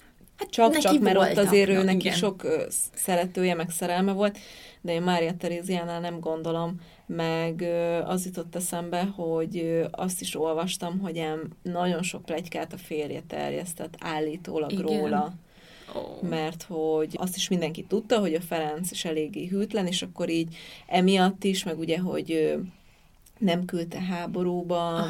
csak, mert ott azért ő neki sok szeretője, meg szerelme volt, de én Mária Teréziánál nem gondolom, meg az jutott eszembe, hogy azt is olvastam, hogy nagyon sok pletykát a férje terjesztett állítólag róla. Mert hogy azt is mindenki tudta, hogy a Ferenc is eléggé hűtlen, és akkor így emiatt is, meg ugye, hogy nem küldte háborúba,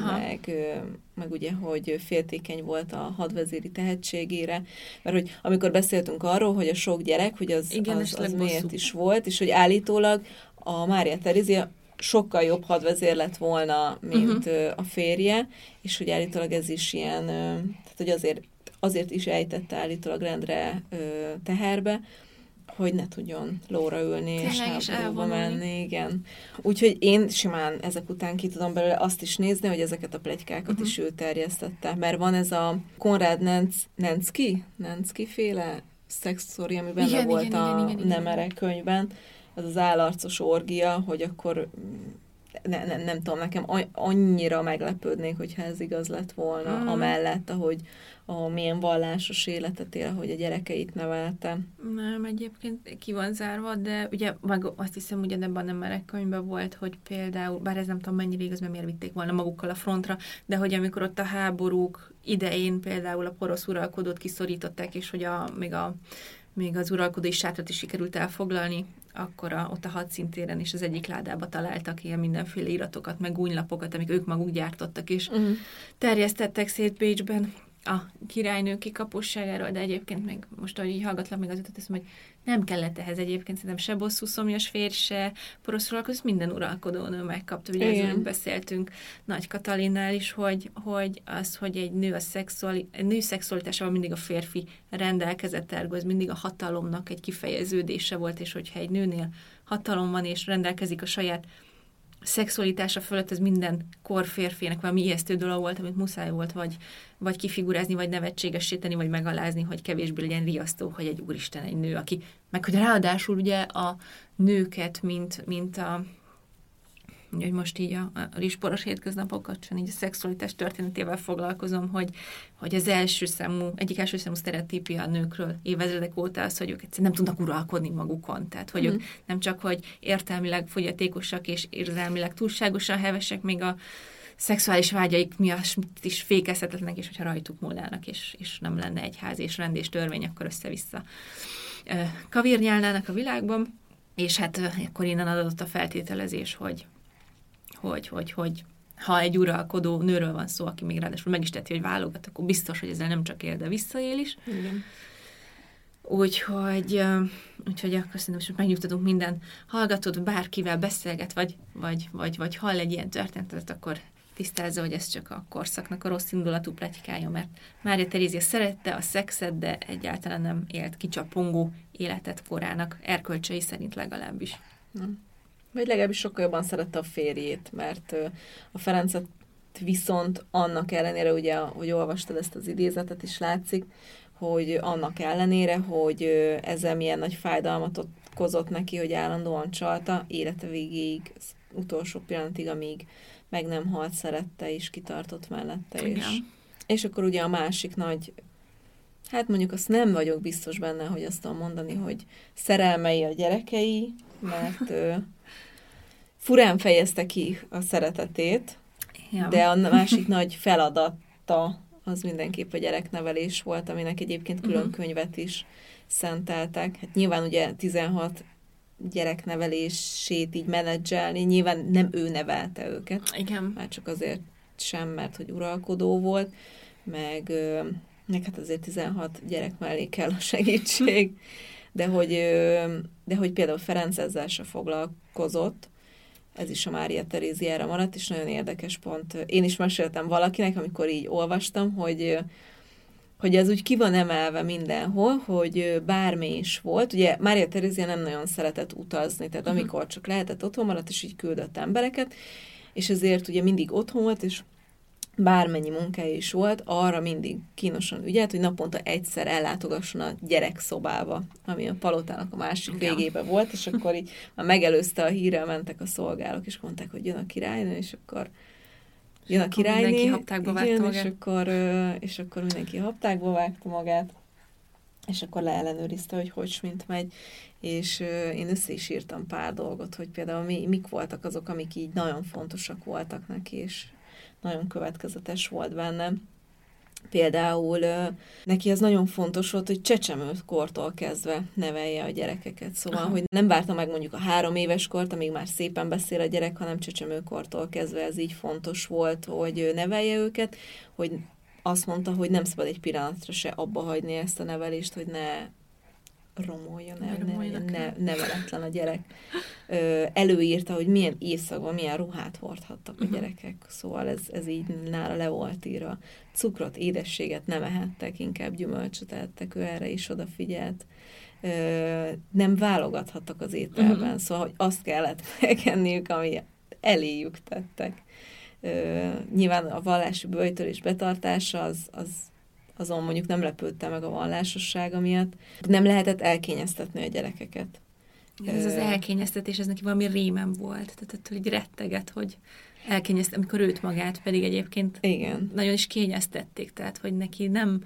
meg ugye, hogy féltékeny volt a hadvezéri tehetségére, mert hogy amikor beszéltünk arról, hogy a sok gyerek, hogy az miért is volt, és hogy állítólag a Mária Terézia sokkal jobb hadvezér lett volna, mint a férje, és hogy állítólag ez is ilyen, tehát hogy azért is ejtette állítólag rendre teherbe, hogy ne tudjon lóra ülni, és háborúba menni, igen. Úgyhogy én simán ezek után ki tudom belőle azt is nézni, hogy ezeket a pletykákat is ő terjesztette. Mert van ez a Konrad Nenczky féle szexsztori, ami benne volt a Nemere könyvben, az az állarcos orgia, hogy akkor nem tudom, nekem annyira meglepődnék, hogyha ez igaz lett volna, amellett, ahogy milyen vallásos életet él, hogy a gyerekeit nevelte. Nem, egyébként ki van zárva, de ugye meg azt hiszem, ugyanebben a Nemere könyvben volt, hogy például, bár ez nem tudom mennyire igaz, mert miért vitték volna magukkal a frontra, de hogy amikor ott a háborúk idején például a porosz uralkodót kiszorították, és hogy még az uralkodói sátrat is sikerült elfoglalni, akkor ott a hadszintéren is az egyik ládába találtak ilyen mindenféle iratokat, meg gúnylapokat, amik ők maguk gyártottak, és terjesztettek szét Bécsben a királynő kikapusságáról, de egyébként meg most, ahogy így hallgatlak, még az jutott eszembe, hogy nem kellett ehhez egyébként, szerintem se bosszúszomjas férj, se porosz uralkodó, minden uralkodónő megkapta. Ugye ezzel beszéltünk Nagy Katalinnál is, hogy egy nő szexualitásával mindig a férfi rendelkezett, ergo ez mindig a hatalomnak egy kifejeződése volt, és hogyha egy nőnél hatalom van, és rendelkezik a saját szexualitása fölött, ez minden kor férfinek valami ijesztő dolog volt, amit muszáj volt vagy kifigurázni, vagy nevetségessíteni, vagy megalázni, hogy kevésbé legyen riasztó, hogy egy úristen, egy nő, aki, meg hogy ráadásul ugye a nőket, mint a hogy most így a rizsporos hétköznapokat, így a szexualitás történetével foglalkozom, hogy az egyik első számú sztereotípia a nőkről évezredek óta az, hogy ők egyszerűen nem tudnak uralkodni magukon. Tehát, hogy ők nem csak, hogy értelmileg fogyatékosak és érzelmileg túlságosan hevesek, még a szexuális vágyaik miatt is fékezhetetlenek, és hogyha rajtuk múlnának, és nem lenne egyház és rend és törvény, akkor össze-vissza kavírnyálnának a világban, és hát akkor innen adott a feltételezés, hogy ha egy uralkodó nőről van szó, aki még ráadásul meg is teti, hogy válogat, akkor biztos, hogy ezzel nem csak él, de visszaél is. Igen. Úgyhogy akkor szerintem most megnyugtatunk minden hallgatót, bárkivel beszélget, vagy hall egy ilyen történetet, akkor tisztázza, hogy ez csak a korszaknak a rossz indulatú pletykája, mert Mária Terézia szerette a szexet, de egyáltalán nem élt kicsapongó életet korának, erkölcsei szerint legalábbis. Vagy legalábbis sokkal jobban szerette a férjét, mert a Ferencet viszont annak ellenére, ugye, hogy olvastad ezt az idézetet is látszik, hogy annak ellenére, hogy ezzel milyen nagy fájdalmat foglalkozott neki, hogy állandóan csalta, élete végéig, az utolsó pillanatig, amíg meg nem halt, szerette és kitartott mellette. És akkor ugye a másik nagy, hát mondjuk azt nem vagyok biztos benne, hogy azt tudom mondani, hogy szerelmei a gyerekei, mert furán fejezte ki a szeretetét, de a másik nagy feladata az mindenképp a gyereknevelés volt, aminek egyébként külön könyvet is szenteltek. Hát nyilván ugye 16 gyereknevelését így menedzselni, nyilván nem ő nevelte őket. Igen. Már csak azért sem, mert hogy uralkodó volt, meg hát azért 16 gyerek mellé kell a segítség, de hogy például Ferenc ezzel se foglalkozott, ez is a Mária Teréziára maradt, és nagyon érdekes pont. Én is meséltem valakinek, amikor így olvastam, hogy ez úgy ki van emelve mindenhol, hogy bármi is volt. Ugye Mária Terézia nem nagyon szeretett utazni, tehát amikor csak lehetett otthon maradt, és így küldött embereket, és ezért ugye mindig otthon volt, és bármennyi munkája is volt, arra mindig kínosan ügyelt, hogy naponta egyszer ellátogasson a gyerekszobába, ami a palotának a másik végébe volt, és akkor így már megelőzte a hírrel, mentek a szolgálók, és mondták, hogy jön a királynő, és akkor jön a királyné, mindenki haptákba vágta magát. És akkor mindenki haptákba vágta magát, és akkor leellenőrizte, hogy mint megy, és én össze is írtam pár dolgot, hogy például mik voltak azok, amik így nagyon fontosak voltak neki, és nagyon következetes volt benne. Például neki az nagyon fontos volt, hogy csecsemőkortól kezdve nevelje a gyerekeket. Szóval, hogy nem várta meg mondjuk a 3 éves kort, amíg már szépen beszél a gyerek, hanem csecsemőkortól kezdve ez így fontos volt, hogy nevelje őket, hogy azt mondta, hogy nem szabad egy pillanatra se abba hagyni ezt a nevelést, hogy ne romoljon el, neveletlen a gyerek. Előírta, hogy milyen évszakban, milyen ruhát hordhattak a gyerekek. Szóval ez így nála le volt írva. Cukrot, édességet nem ehettek, inkább gyümölcsöt ettek, ő erre is odafigyelt. Nem válogathattak az ételben, szóval hogy azt kellett megenniük, ami eléjük tettek. Nyilván a vallási böjtölés betartása azon mondjuk nem lepődte meg a vallásossága miatt. Nem lehetett elkényeztetni a gyerekeket. Ez az elkényeztetés, ez neki valami rémem volt. Tehát, hogy retteget, hogy elkényeztet, amikor őt magát pedig egyébként nagyon is kényeztették. Tehát, hogy neki nem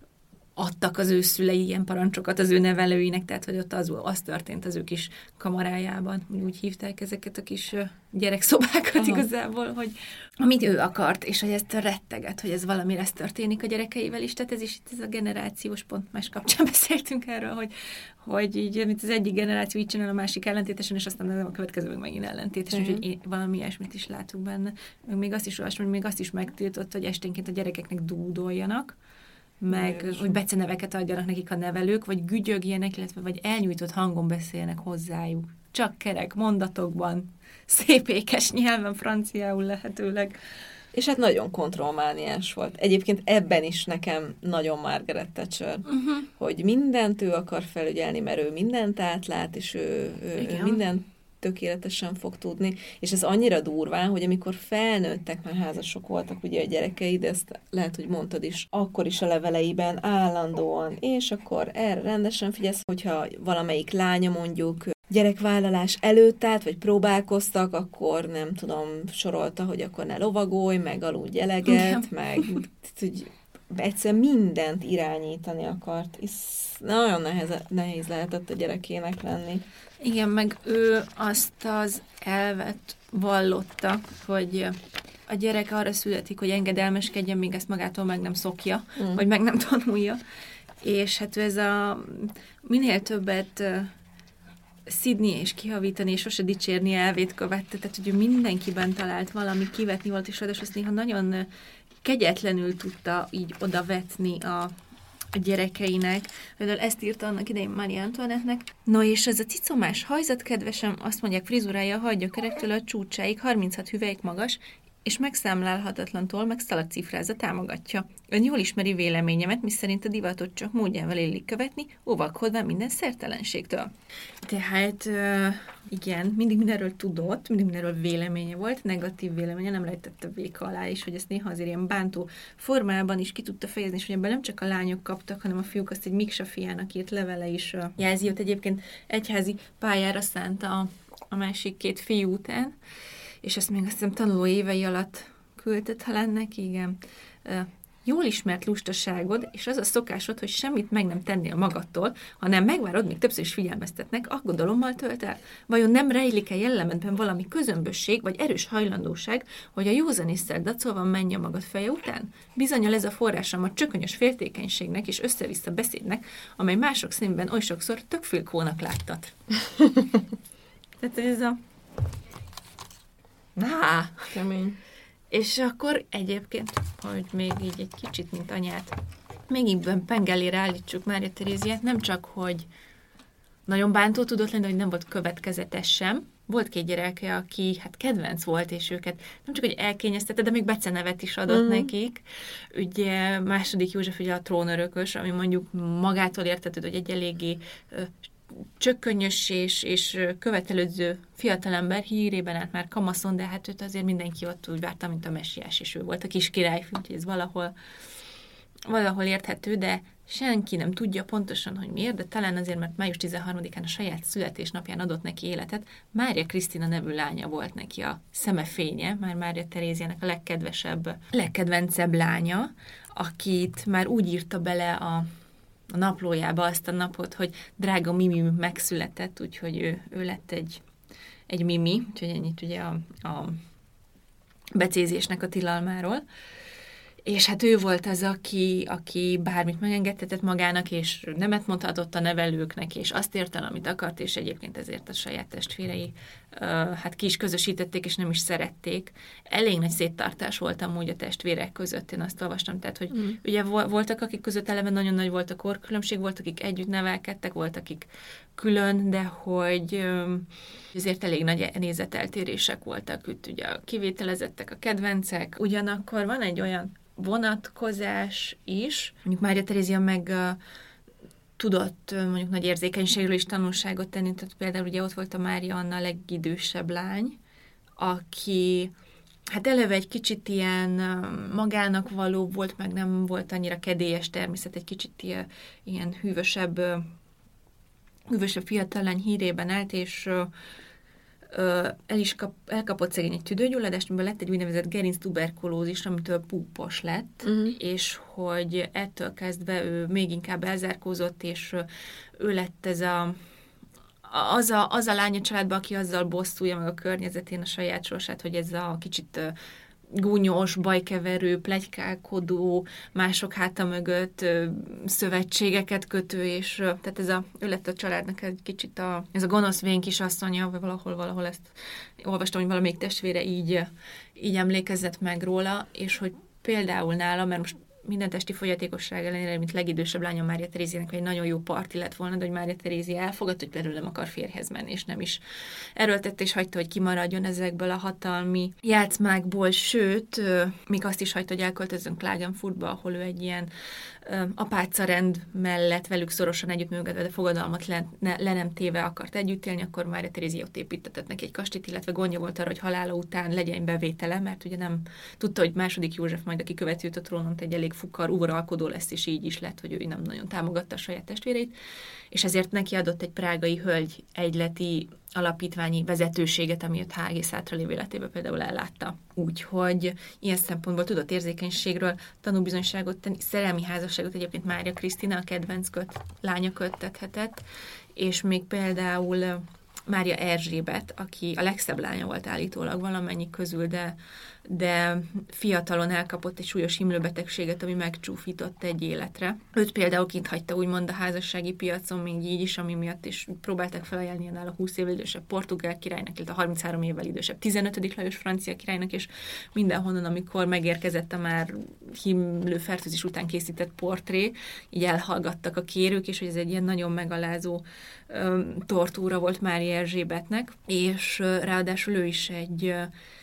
adtak az ő szülei ilyen parancsokat az ő nevelőinek, tehát, hogy ott az történt az ő kis kamarájában, úgy hívták ezeket a kis gyerekszobákat igazából, hogy amit ő akart, és hogy ezt retteget, hogy ez valamire ez történik a gyerekeivel is, tehát ez is ez a generációs pont más kapcsán beszéltünk erről, hogy így, mint az egyik generáció így csinál, a másik ellentétesen, és aztán a következő meg megint ellentétes, úgyhogy valami ilyesmit is látunk benne. Még azt is olvastam, hogy még azt is megtiltott, hogy esténként a gyerekeknek dúdoljanak, meg hogy beceneveket adjanak nekik a nevelők, vagy gügyögjenek, illetve vagy elnyújtott hangon beszélnek hozzájuk. Csak kerek mondatokban, szép ékes nyelven, franciául lehetőleg. És hát nagyon kontrollmániás volt. Egyébként ebben is nekem nagyon Margaret Thatcher, hogy mindent ő akar felügyelni, mert ő mindent átlát, és ő mindent tökéletesen fog tudni, és ez annyira durván, hogy amikor felnőttek, már házasok voltak ugye a gyerekei, de ezt lehet, hogy mondtad is, akkor is a leveleiben állandóan, és akkor erre rendesen figyelsz, hogyha valamelyik lánya mondjuk gyerekvállalás előtt állt, vagy próbálkoztak, akkor nem tudom, sorolta, hogy akkor ne lovagolj, meg aludj eleget, meg hogy egyszerűen mindent irányítani akart, és nagyon nehéz lehetett a gyerekének lenni. Igen, meg ő azt az elvet vallotta, hogy a gyerek arra születik, hogy engedelmeskedjen, még ezt magától meg nem szokja, vagy meg nem tanulja. És hát ő ez a minél többet szidni és kihavítani, és sose dicsérni elvét követte, tehát hogy ő mindenkiben talált valami kivetni volt, és ráadásul azt néha nagyon kegyetlenül tudta így odavetni a gyerekeinek. Például ezt írta annak idején Marie Antoinette-nek. No, és ez a cicomás hajzat, kedvesem, azt mondják, frizurája a hajgyökerektől a csúcsáig 36 hüvelyk magas, és megszámlálhatatlantól meg szalagcifrázza támogatja. Ön jól ismeri véleményemet, miszerint a divatot csak módjával illik követni, óvakodva minden szertelenségtől. Tehát igen, mindig mindenről tudott, mindig mindenről véleménye volt, negatív véleménye, nem lehetett véka alá is, hogy ezt néha azért ilyen bántó formában is ki tudta fejezni, és hogy ebben nem csak a lányok kaptak, hanem a fiúk, azt egy Miksa fiának írt levele is jelzi, ott egyébként egyházi pályára szánta a másik 2 fiú után, és ezt még azt hiszem tanuló évei alatt küldte talán neki, igen. Jól ismert lustaságod, és az a szokásod, hogy semmit meg nem tennél magadtól, hanem megvárod, még többször is figyelmeztetnek, aggodalommal tölt el. Vajon nem rejlik-e jellemedben valami közömbösség, vagy erős hajlandóság, hogy a józanésszel dacolva menj a magad feje után? Bizonnyal ez a forrásom a csökönyös féltékenységnek és össze-vissza beszédnek, amely mások szemben oly sokszor tök filkónak láttat. Tehát ez a... Kemény. És akkor egyébként, hogy még így egy kicsit, mint anyát, még így pengelére állítsuk Mária Teréziát, nem csak, hogy nagyon bántó tudott lenni, hogy nem volt következetes sem. Volt 2 gyereke, aki hát kedvenc volt, és őket nem csak, hogy elkényeztette, de még becenevet is adott nekik. Ugye második József ugye a trónörökös, ami mondjuk magától értetődő, hogy egy eléggé csökkönyös és követelődző fiatalember, hírében állt már kamaszon, de hát őt azért mindenki ott úgy várta, mint a messiás, és ő volt a kis királyfű, úgyhogy ez valahol érthető, de senki nem tudja pontosan, hogy miért, de talán azért, mert május 13-án a saját születésnapján adott neki életet, Mária Krisztina nevű lánya volt neki a szemefénye, már Mária Teréziának a legkedvencebb lánya, akit már úgy írta bele a naplójába azt a napot, hogy drága Mimi megszületett, úgyhogy ő lett egy Mimi, úgyhogy ennyit ugye a becézésnek a tilalmáról. És hát ő volt az, aki bármit megengedhetett magának, és nemet mondhatott a nevelőknek, és azt ért el, amit akart, és egyébként ezért a saját testvérei hát ki is közösítették, és nem is szerették. Elég nagy széttartás volt amúgy a testvérek között, én azt olvastam, tehát, hogy ugye voltak, akik között eleve nagyon nagy volt a korkülönbség, voltak, akik együtt nevelkedtek, voltak, akik külön, de hogy ezért elég nagy nézeteltérések voltak, itt ugye a kivételezettek, a kedvencek. Ugyanakkor van egy olyan vonatkozás is, mondjuk Mária Terézia meg tudott mondjuk nagy érzékenységről is tanulságot tenni, tehát például ugye ott volt a Mária Anna, a legidősebb lány, aki hát eleve egy kicsit ilyen magának való volt, meg nem volt annyira kedélyes természet, egy kicsit ilyen hűvösebb fiatal lány hírében állt, és elkapott szegény egy tüdőgyulladást, amiből lett egy úgynevezett gerinc-tuberkulózis, amitől púpos lett, és hogy ettől kezdve ő még inkább elzárkózott, és ő lett az a lány a családban, aki azzal bosszulja meg a környezetén a saját sorsát, hogy ez a kicsit gúnyos, bajkeverő, pletykálkodó, mások háta mögött szövetségeket kötő, és tehát ő lett a családnak egy kicsit ez a gonosz vén kisasszonya, vagy valahol ezt olvastam, hogy valamelyik testvére így emlékezett meg róla, és hogy például nála, mert most minden testi fogyatékosság ellenére, mint legidősebb lánya Mária Teréziának, egy nagyon jó parti lett volna, de hogy Mária Terézia elfogadta, hogy például nem akar férjhez menni, és nem is erőltette, és hagyta, hogy kimaradjon ezekből a hatalmi játszmákból, sőt, még azt is hagyta, hogy elköltözzön Klagenfurtba, ahol ő egy ilyen apácarend mellett velük szorosan együttműködve, de fogadalmat le nem téve akart együtt élni, akkor Mária Terézia ott építetett neki egy kastélyt, illetve gondja volt arra, hogy halála után legyen bevétele, mert ugye nem tudta, hogy második József majd, aki követi őt a trónon, egy elég fukar, uralkodó lesz, és így is lett, hogy ő nem nagyon támogatta a saját testvéreit, és ezért neki adott egy prágai hölgy egyleti alapítványi vezetőséget, ami a egész hátralévő életében például ellátta. Úgyhogy ilyen szempontból tudott érzékenységről tanúbizonyságot tenni, szerelmi házasságot egyébként Mária Krisztina, a kedvenc lánya köttethetett, és még például Mária Erzsébet, aki a legszebb lánya volt állítólag valamennyi közül, de fiatalon elkapott egy súlyos himlőbetegséget, ami megcsúfított egy életre. Őt például kint hagyta úgymond a házassági piacon, még így is, ami miatt is próbáltak felajánlni a 20 évvel idősebb portugál királynak, illetve a 33 évvel idősebb 15. Lajos francia királynak, és mindenhonnan, amikor megérkezett a már himlőfertőzés után készített portré, így elhallgattak a kérők, és hogy ez egy ilyen nagyon megalázó tortúra volt Mária Erzsébetnek, és ráadásul ő is egy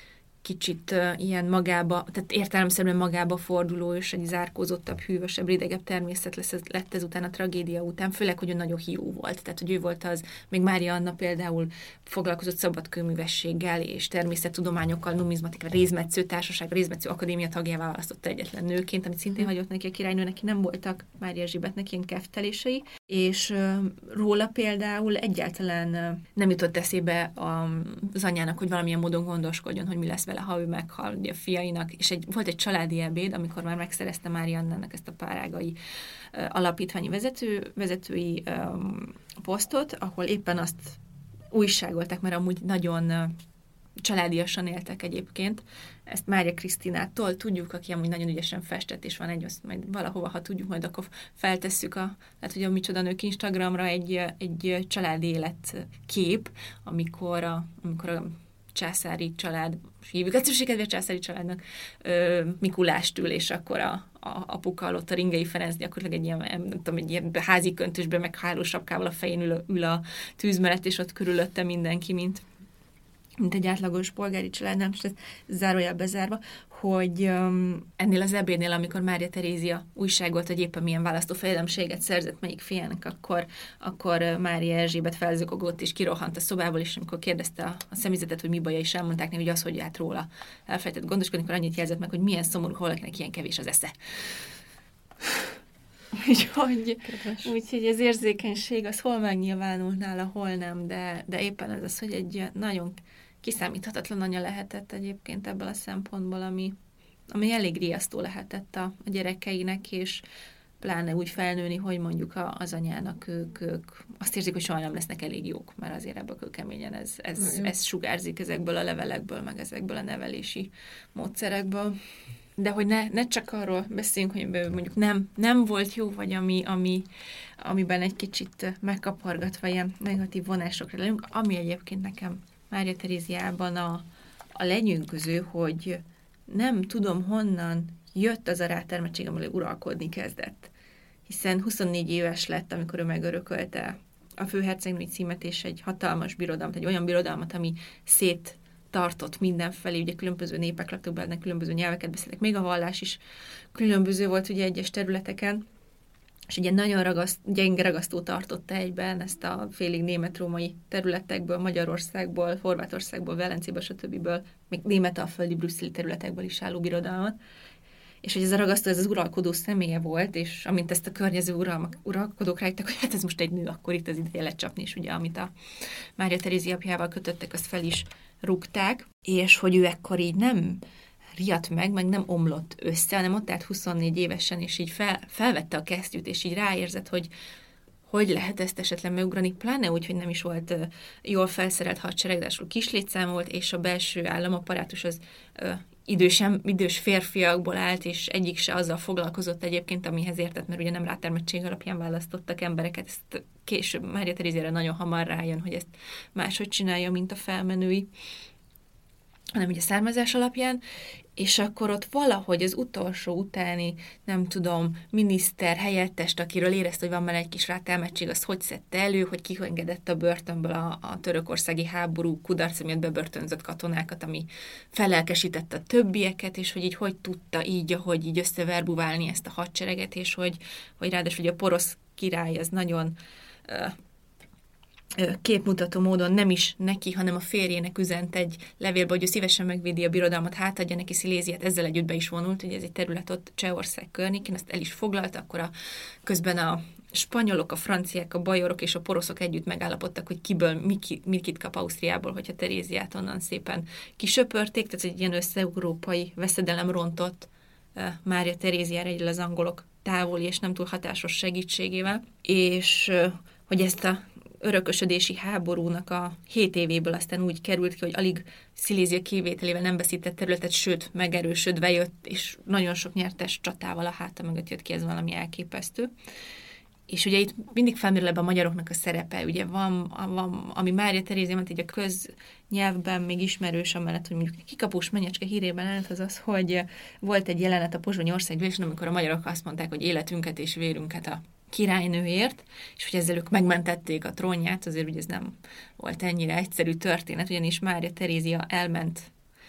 kicsit ilyen magába, tehát értelemszerűen magába forduló, és egy zárkózottabb, hűvösebb, ridegebb természet lett ezután a tragédia után, főleg, hogy ő nagyon hiú volt. Tehát, hogy ő volt az, még Mária Anna például foglalkozott szabadkőművességgel és természettudományokkal, numizmatikával, Rézmetsző Társaság, Rézmetsző Akadémia tagjává választotta egyetlen nőként, amit szintén hagyott neki a királynő, neki nem voltak Mária Erzsébetnek ilyen keftelései, és róla például egyáltalán nem jutott eszébe az anyának, hogy valamilyen módon gondoskodjon, hogy mi lesz vele, ha ő meghal, ugye a fiainak, és volt egy családi ebéd, amikor már megszerezte Mária Annának ezt a Párágai alapítványi vezetői posztot, ahol éppen azt újságolták, mert amúgy nagyon családiasan éltek egyébként. Ezt Mária Krisztinától tudjuk, aki amúgy nagyon ügyesen festett, és van egy, azt majd valahova, ha tudjuk, majd akkor feltesszük lehet, hogy a Micsoda Nők Instagramra egy családi életkép, amikor a császári család, hívjuk egyszerűségedve császári családnak, Mikulást ül, és akkor a apuka ott a Ringei Ferenc gyakorlatilag egy ilyen, nem tudom, egy ilyen házi köntösben, meg hálósapkával a fején ül a tűz mellett, és ott körülötte mindenki, mint egy átlagos polgári család, nem, és ez zárójel bezárva, hogy ennél az ebédnél, amikor Mária Terézia újságolt, hogy éppen milyen választófejedelemséget szerzett melyik fiának, akkor Mária Erzsébet felzökogott és kirohant a szobából, és amikor kérdezte a személyzetet, hogy mi baja, és elmondták neki, hogy az, hogy át róla elfelejtett gondoskodni, akkor annyit jelzett meg, hogy milyen szomorú, hol akinek ilyen kevés az esze. Úgyhogy az érzékenység az hol megnyilvánul nála, hol nem, de éppen ez az, hogy egy nagyon kiszámíthatatlan anya lehetett egyébként ebből a szempontból, ami elég riasztó lehetett a gyerekeinek, és pláne úgy felnőni, hogy mondjuk az anyának ők azt érzik, hogy soha nem lesznek elég jók, mert azért ebből kőkeményen ez sugárzik ezekből a levelekből, meg ezekből a nevelési módszerekből. De hogy ne csak arról beszéljünk, hogy mondjuk nem volt jó, vagy amiben egy kicsit megkapargatva ilyen negatív vonásokra legyünk, ami egyébként nekem Mária Teréziában a lenyűgöző, hogy nem tudom, honnan jött az a rátermettség, amely uralkodni kezdett. Hiszen 24 éves lett, amikor ő megörökölte a főhercegnői címet, és egy hatalmas birodalmat, egy olyan birodalmat, ami széttartott mindenfelé, ugye különböző népek laktak benne, különböző nyelveket beszéltek, még a vallás is különböző volt ugye egyes területeken, és ugye nagyon gyenge ragasztó tartotta egyben ezt a félig német-római területekből, Magyarországból, Horvátországból, Velencéből, stb. Még németalföldi brüsszeli területekből is álló birodalmat. És hogy ez a ragasztó, ez az uralkodó személye volt, és amint ezt a környező uralkodók rájöttek, hogy hát ez most egy nő, akkor itt az ideje lecsapni, és ugye amit a Mária Terézia apjával kötöttek, azt fel is rúgták, és hogy ő ekkor így nem riadt meg nem omlott össze, hanem ott állt 24 évesen, és így felvette a kesztyűt, és így ráérzett, hogy lehet ezt esetleg megugrani, pláne úgy, hogy nem is volt jól felszerelt hadsereg, kislétszám volt, és a belső államaparátus az idős férfiakból állt, és egyik se azzal foglalkozott egyébként, amihez értett, mert ugye nem rátermettség alapján választottak embereket, ezt később Mária Teréziára nagyon hamar rájön, hogy ezt máshogy csinálja, mint a felmenői, hanem ugye származás alapján, és akkor ott valahogy az utolsó utáni, nem tudom, miniszter, helyettest, akiről érezte, hogy van már egy kis rátermettség, azt hogy szedte elő, hogy kiengedett a börtönből a törökországi háború kudarca miatt bebörtönzött katonákat, ami felelkesítette a többieket, és hogy így hogy tudta így, ahogy így összeverbuválni ezt a hadsereget, és hogy ráadásul ugye a porosz király az nagyon képmutató módon nem is neki, hanem a férjének üzent egy levélbe, hogy ő szívesen megvédi a birodalmat, hátadja neki Sziléziát, ezzel együtt be is vonult, ugye ez egy terület ott Csehország környékén, azt el is foglalta, akkor közben a spanyolok, a franciák, a bajorok és a poroszok együtt megállapodtak, hogy kiből mit kap Ausztriából, hogyha Teréziát onnan szépen kisöpörték, tehát egy ilyen össze-európai veszedelem rontott Mária Teréziára egyre az angolok távoli és nem túl hatásos segítségével, és hogy ezt a örökösödési háborúnak a 7 évéből aztán úgy került ki, hogy alig Szilézia kivételével nem veszített területet, sőt, megerősödve jött, és nagyon sok nyertes csatával a háta mögött jött ki, ez valami elképesztő. És ugye itt mindig felmerül ebben a magyaroknak a szerepe, ugye van ami Mária Terézia, mert így a köznyelvben még ismerős, amellett, hogy mondjuk Kikapós Menyecske hírében állt az, hogy volt egy jelenet a pozsonyi országgyűlésen, amikor a magyarok azt mondták, hogy életünket és vérünket a királynőért, és hogy ezzel ők megmentették a trónját, azért ugye ez nem volt ennyire egyszerű történet, ugyanis Mária Terézia elment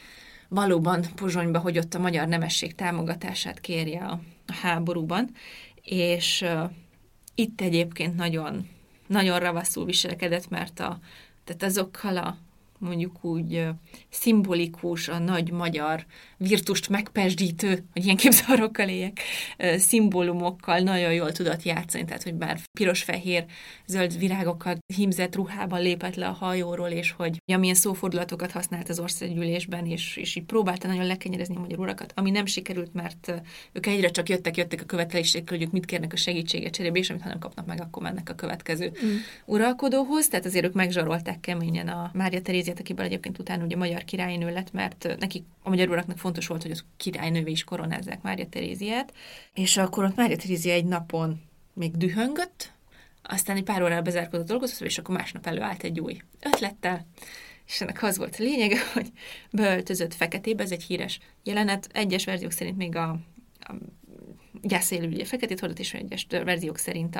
valóban Pozsonyba, hogy ott a magyar nemesség támogatását kérje a háborúban, és itt egyébként nagyon, nagyon ravaszul viselkedett, mert tehát azokkal a mondjuk úgy szimbolikus, a nagy magyar virtust megpesdítő, hogy ilyen képzavarokkal éljek, szimbólumokkal nagyon jól tudott játszani, tehát hogy bár piros-fehér, zöld virágokkal hímzett ruhában lépett le a hajóról, és hogy amilyen szófordulatokat használt az országgyűlésben, és így próbálta nagyon lekenyerezni a magyar urakat, ami nem sikerült, mert ők egyre csak jöttek a követelésekkel, hogy ők mit kérnek a segítséget cserébe, és amit ha nem kapnak meg, akkor mennek a következő uralkodóhoz, tehát azért ők megzsarolták keményen a Mária Teréziát, akiből egyébként utána ugye magyar királynő lett, mert nekik a magyar uraknak fontos volt, hogy az királynővé is koronázzák Mária Teréziát, és akkor ott Mária Terézia egy napon még dühöngött, aztán egy pár órára bezárkodott dolgozott, és akkor másnap előállt egy új ötlettel, és ennek az volt a lényege, hogy beöltözött feketébe, ez egy híres jelenet, egyes verziók szerint még a Gyászélő ugye feketét hordott, és egyes verziók szerint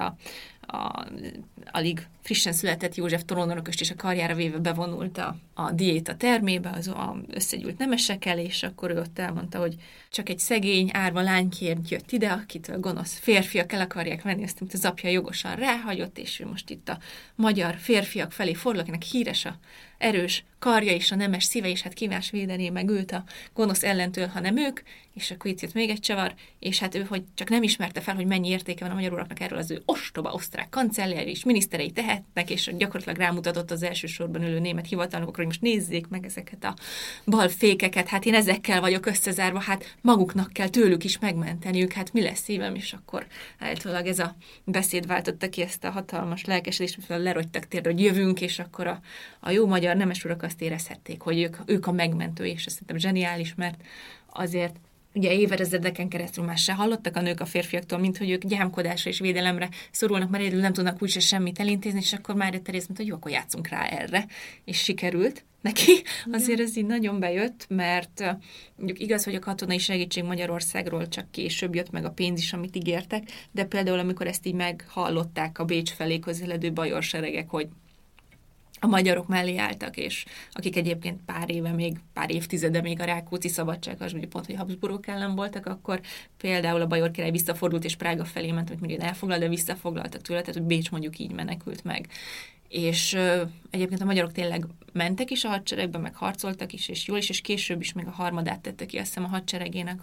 alig frissen született József trónörököst is a karjára véve bevonult a diéta termébe, az összegyűlt nemesekkel, és akkor ő ott elmondta, hogy csak egy szegény, árva lánykért jött ide, akitől gonosz férfiak el akarják venni, azt, amit az apja jogosan ráhagyott, és ő most itt a magyar férfiak felé fordul, akinek híres a erős karja és a nemes szíve, és hát kívás védené meg őt a gonosz ellentől, hanem ők, és akkor itt jött még egy csavar, és hát ő, hogy csak nem ismerte fel, hogy mennyi értéke van a magyar uraknak, erről az ő ostoba osztrák kancellár és miniszterei tehetnek, és gyakorlatilag rámutatott az elsősorban ülő német hivatalnokokra, hogy most nézzék meg ezeket a balfékeket, hát én ezekkel vagyok összezárva, hát maguknak kell tőlük is megmenteniük, hát mi lesz szívem, és akkor állítólag ez a beszéd váltotta ki ezt a hatalmas lelkesedést, mivel lerogytak térre, hogy jövünk, és akkor a jó magyar nemes urak azt érezhették, hogy ők a megmentő, és ez szerintem zseniális, mert azért ugye évezredeken keresztül már se hallottak a nők a férfiaktól, mint hogy ők gyámkodásra és védelemre szorulnak, mert egyedül nem tudnak úgyse semmit elintézni, és akkor Mária Teréz mondta, hogy jó, akkor játszunk rá erre, és sikerült neki. Azért ez így nagyon bejött, mert mondjuk igaz, hogy a katonai segítség Magyarországról csak később jött meg a pénz is, amit ígértek, de például amikor ezt így meghallották a Bécs felé közeledő bajorseregek, hogy a magyarok mellé álltak, és akik egyébként pár évtizede még a Rákóczi szabadságharc, ugye pont, hogy Habsburgok ellen voltak, akkor például a bajor király visszafordult, és Prága felé ment, hogy még elfoglalt, de visszafoglaltak tőle, tehát hogy Bécs mondjuk így menekült meg. És egyébként a magyarok tényleg mentek is a hadseregbe, meg harcoltak is, és jól is, és később is még a harmadát tette ki, azt hiszem, a hadseregének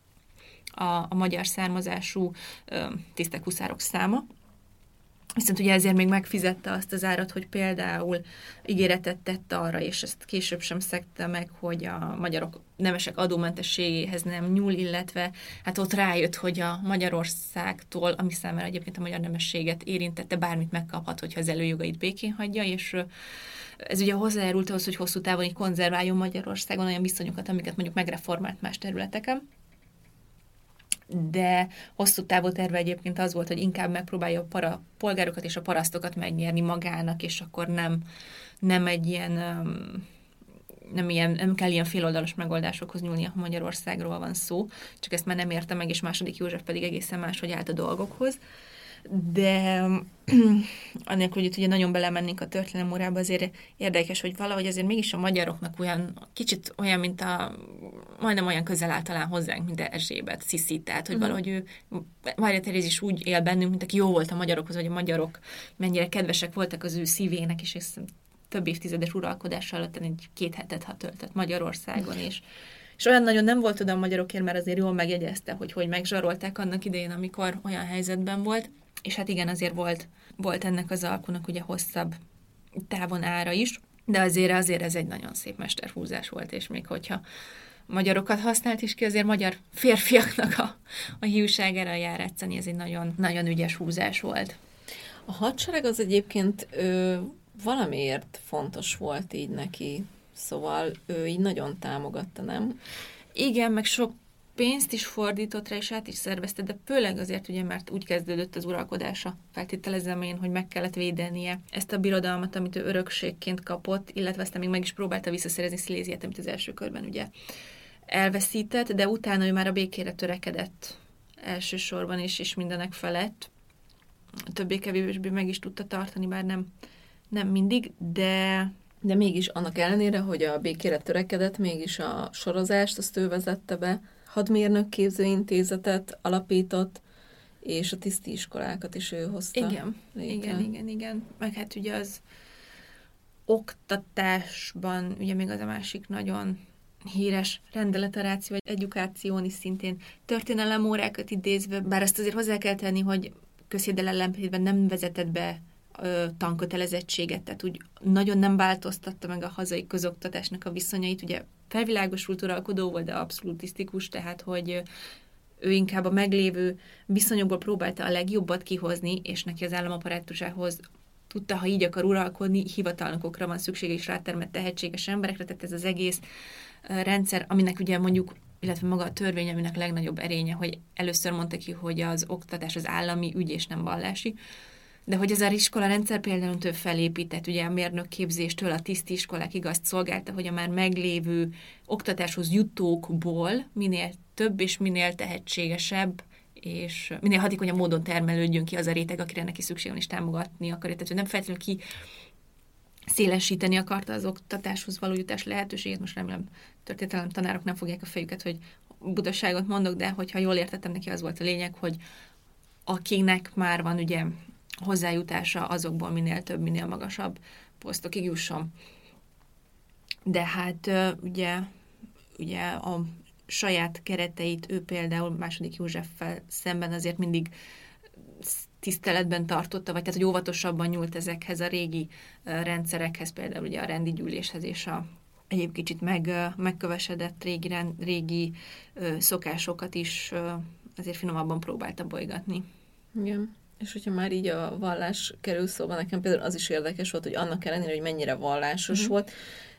a magyar származású tisztek huszárok száma. Viszont ugye ezért még megfizette azt az árat, hogy például ígéretet tett arra, és ezt később sem szegte meg, hogy a magyarok nemesek adómentességéhez nem nyúl, illetve hát ott rájött, hogy a Magyarországtól, ami számára egyébként a magyar nemességet érintette, bármit megkaphat, hogyha az előjogait békén hagyja, és ez ugye hozzájárult ahhoz, hogy hosszú távon így konzerváljon Magyarországon olyan viszonyokat, amiket mondjuk megreformált más területeken. De hosszú távú terve egyébként az volt, hogy inkább megpróbálja a polgárokat és a parasztokat megnyerni magának, és akkor nem egy ilyen, nem kell ilyen féloldalos megoldásokhoz nyúlnia, ha Magyarországról van szó, csak ezt már nem érte meg, és második József pedig egészen máshogy állt a dolgokhoz. De annélkül, hogy ugye nagyon belemennénk a történelem órába, azért érdekes, hogy valahogy azért mégis a magyaroknak kicsit olyan, mint majdnem olyan közel áll talán hozzánk, mint Erzsébet, Sziszi, tehát, hogy valahogy ő, Mária Teréz is úgy él bennünk, mint aki jó volt a magyarokhoz, hogy a magyarok mennyire kedvesek voltak az ő szívének, és több évtizedes uralkodás alatt egy 2 hetet töltött Magyarországon, és olyan nagyon nem volt oda a magyarokért, mert azért jól megjegyezte, hogy megzsarolták annak idején, amikor olyan helyzetben volt, és hát igen, azért volt ennek az alkunak ugye hosszabb távon ára is, de azért ez egy nagyon szép mesterhúzás volt, és még hogyha magyarokat használt is ki, azért magyar férfiaknak a hiúságára járátszani, ez egy nagyon, nagyon ügyes húzás volt. A hadsereg az egyébként valamiért fontos volt így neki, szóval ő így nagyon támogatta, nem? Igen, meg sok pénzt is fordított rá, és át is szervezte, de főleg azért, ugye, mert úgy kezdődött az uralkodása, feltételezem én, hogy meg kellett védenie ezt a birodalmat, amit ő örökségként kapott, illetve aztán még meg is próbálta visszaszerezni Sziléziát, amit az első körben ugye elveszített, de utána ő már a békére törekedett elsősorban is, és mindenek felett. Többé-kevésbé meg is tudta tartani, bár nem mindig, de De mégis annak ellenére, hogy a békére törekedett, mégis a sorozást azt ő vezette be, hadmérnök képzőintézetet alapított, és a tiszti iskolákat is ő hozta. Igen. Meg hát ugye az oktatásban, ugye még az a másik nagyon híres rendeleteráció, vagy edukáción is szintén történelem órákat idézve, bár azt azért hozzá kell tenni, hogy közhiddel ellentétben nem vezetett be tankötelezettséget, tehát úgy nagyon nem változtatta meg a hazai közoktatásnak a viszonyait. Ugye felvilágosult uralkodó volt, de abszolutisztikus, tehát hogy ő inkább a meglévő viszonyokból próbálta a legjobbat kihozni, és neki az államaparátusához tudta, ha így akar uralkodni, hivatalnokokra van szüksége és rátermett tehetséges emberekre, tehát ez az egész rendszer, aminek ugye mondjuk, illetve maga a törvény, aminek legnagyobb erénye, hogy először mondta ki, hogy az oktatás az állami ügy és nem vallási, de hogy ez az iskola rendszer például több felépített, ugye a mérnökképzéstől a tiszti iskolákig azt szolgálta, hogy a már meglévő oktatáshoz jutókból minél több és minél tehetségesebb és minél hatékonyabb módon termelődjön ki az a réteg, akire neki szükség van és támogatni akarja. Tehát nem feltétlenül ki szélesíteni akarta az oktatáshoz való jutás lehetőséget. Most remélem történelem tanárok nem fogják a fejüket, hogy butaságot mondok, de hogyha jól értettem, neki az volt a lényeg, hogy akinek már van ugye hozzájutása, azokból minél több, minél magasabb posztokig jusson. De hát ugye a saját kereteit ő például II. Józseffel szemben azért mindig tiszteletben tartotta, vagy tehát, hogy óvatosabban nyúlt ezekhez a régi rendszerekhez, például ugye a rendi gyűléshez és a egyéb kicsit megkövesedett régi szokásokat is azért finomabban próbálta bolygatni. Igen. És hogyha már így a vallás kerül szóba, nekem például az is érdekes volt, hogy annak ellenére, hogy mennyire vallásos volt,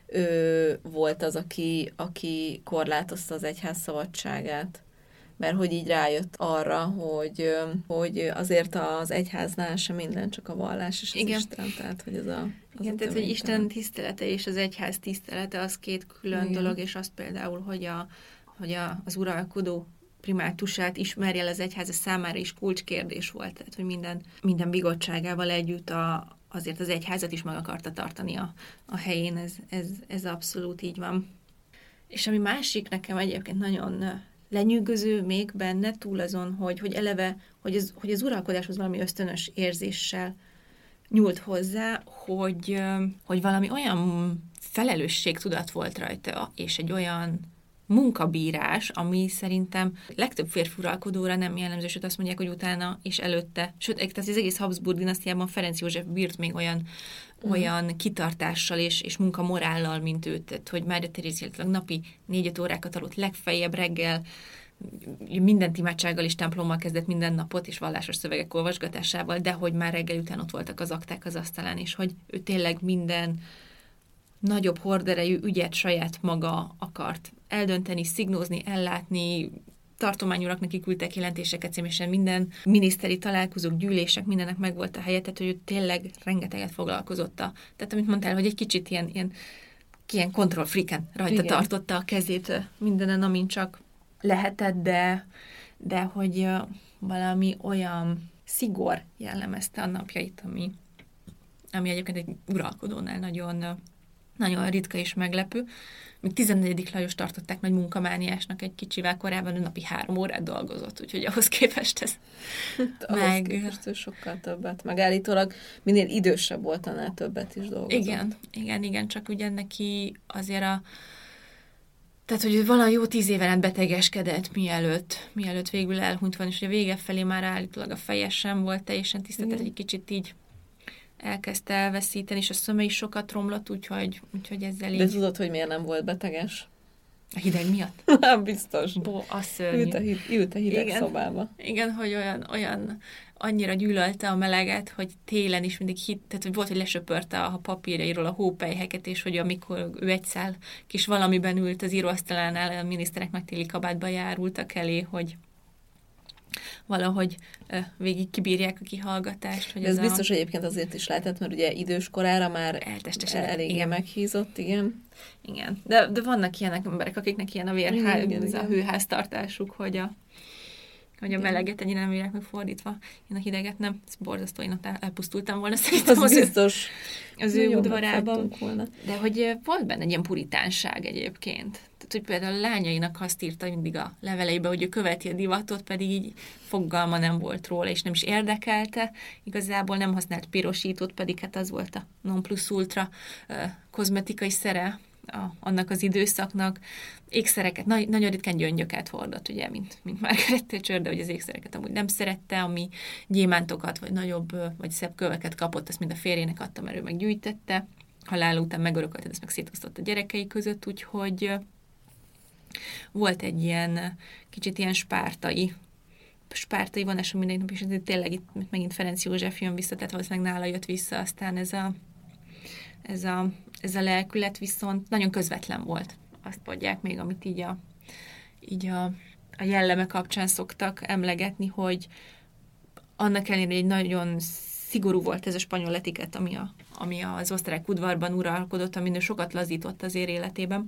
ő volt az, aki korlátozta az egyház szabadságát. Mert hogy így rájött arra, hogy azért az egyháznál sem minden csak a vallás és az Isten. Tehát, hogy igen, tehát, hogy Isten tisztelete és az egyház tisztelete az két külön dolog, és az például, hogy az uralkodó primátusát ismerje el az egyház számára is kulcskérdés volt. Tehát, hogy minden bigottságával együtt azért az egyházat is meg akarta tartani a helyén. Ez abszolút így van. És ami másik nekem egyébként nagyon lenyűgöző még benne, túl azon, hogy eleve, hogy az uralkodáshoz valami ösztönös érzéssel nyúlt hozzá, hogy valami olyan felelősségtudat volt rajta, és egy olyan munkabírás, ami szerintem legtöbb férfi uralkodóra nem jellemző, sőt azt mondják, hogy utána és előtte. Sőt, tehát az egész Habsburg dinasztiában Ferenc József bírt még olyan kitartással és munkamorállal, mint őt, tehát, hogy Mária Terézia napi 4-5 órákat aludt legfeljebb reggel, minden imádsággal és templommal kezdett minden napot, és vallásos szövegek olvasgatásával, de hogy már reggel után ott voltak az akták az asztalán, és hogy ő tényleg minden nagyobb horderejű ügyet saját maga akart eldönteni, szignózni, ellátni, tartományuraknak kiküldtek jelentéseket, szépen minden miniszteri találkozók, gyűlések, mindennek megvolt a helye, tehát hogy ő tényleg rengeteget foglalkozott. Tehát amit mondtál, hogy egy kicsit ilyen kontrollfreaken rajta tartotta a kezét mindenen, amin csak lehetett, de hogy valami olyan szigor jellemezte a napjait, ami egyébként egy uralkodónál nagyon, nagyon ritka és meglepő. Még 14. Lajos tartották nagy munkamániásnak egy kicsivel korábban, ő napi 3 órát dolgozott, úgyhogy ahhoz képest ez ahhoz képest sokkal többet. Meg állítólag minél idősebb volt, annál többet is dolgozott. Igen, csak ugye neki azért tehát, hogy valahogy jó 10 éven át betegeskedett, mielőtt végül elhunyt van, és ugye vége felé már állítólag a feje sem volt teljesen tiszta, tehát egy kicsit így elkezdte elveszíteni, és a szöme is sokat romlott, úgyhogy ezzel így... De tudod, hogy miért nem volt beteges? A hideg miatt? Biztos. Az szörnyű. Ült a hideg szobába. Igen, hogy olyan annyira gyűlölte a meleget, hogy télen is mindig tehát hogy volt, hogy lesöpörte a papírjairól a hópelyheket, és hogy amikor ő egy szál kis valamiben ült az íróasztalánál, a miniszterek nagy téli kabátba járultak elé, hogy valahogy végig kibírják a kihallgatást. Hogy ez biztos egyébként azért is lehetett, mert ugye idős korára már eléggé meghízott, igen. Igen, de vannak ilyenek emberek, akiknek ilyen a hőháztartásuk, hogy a meleget ennyire nem írják meg fordítva. Én a hideget nem. Ez borzasztó, én ott elpusztultam volna szerintem. Az biztos. Az ő udvarában. De hogy volt benne egy ilyen puritánság egyébként. Tehát, hogy például a lányainak azt írta mindig a leveleibe, hogy ő követi a divatot, pedig így fogalma nem volt róla, és nem is érdekelte. Igazából nem használt pirosítót, pedig hát az volt a non plus ultra kozmetikai szere annak az időszaknak. Ékszereket, nagyon ritkán gyöngyöket hordott, ugye, mint Margaret Thatcher, de hogy az ékszereket amúgy nem szerette, ami gyémántokat, vagy nagyobb, vagy szebb köveket kapott, azt mind a férjének adta, mert ő meggyűjtette. Halála után megörökölte, ezt meg szétosztott a gyerekei között, úgyhogy volt egy ilyen, kicsit ilyen spártai vonása minden nap, és tényleg itt megint Ferenc József jön vissza, tehát valószínűleg nála jött vissza, aztán ez a lelkület viszont nagyon közvetlen volt. Azt mondják még, amit így a jelleme kapcsán szoktak emlegetni, hogy annak ellenére egy nagyon szigorú volt ez a spanyol etikett, ami az osztrák udvarban uralkodott, amin ő sokat lazított az életében,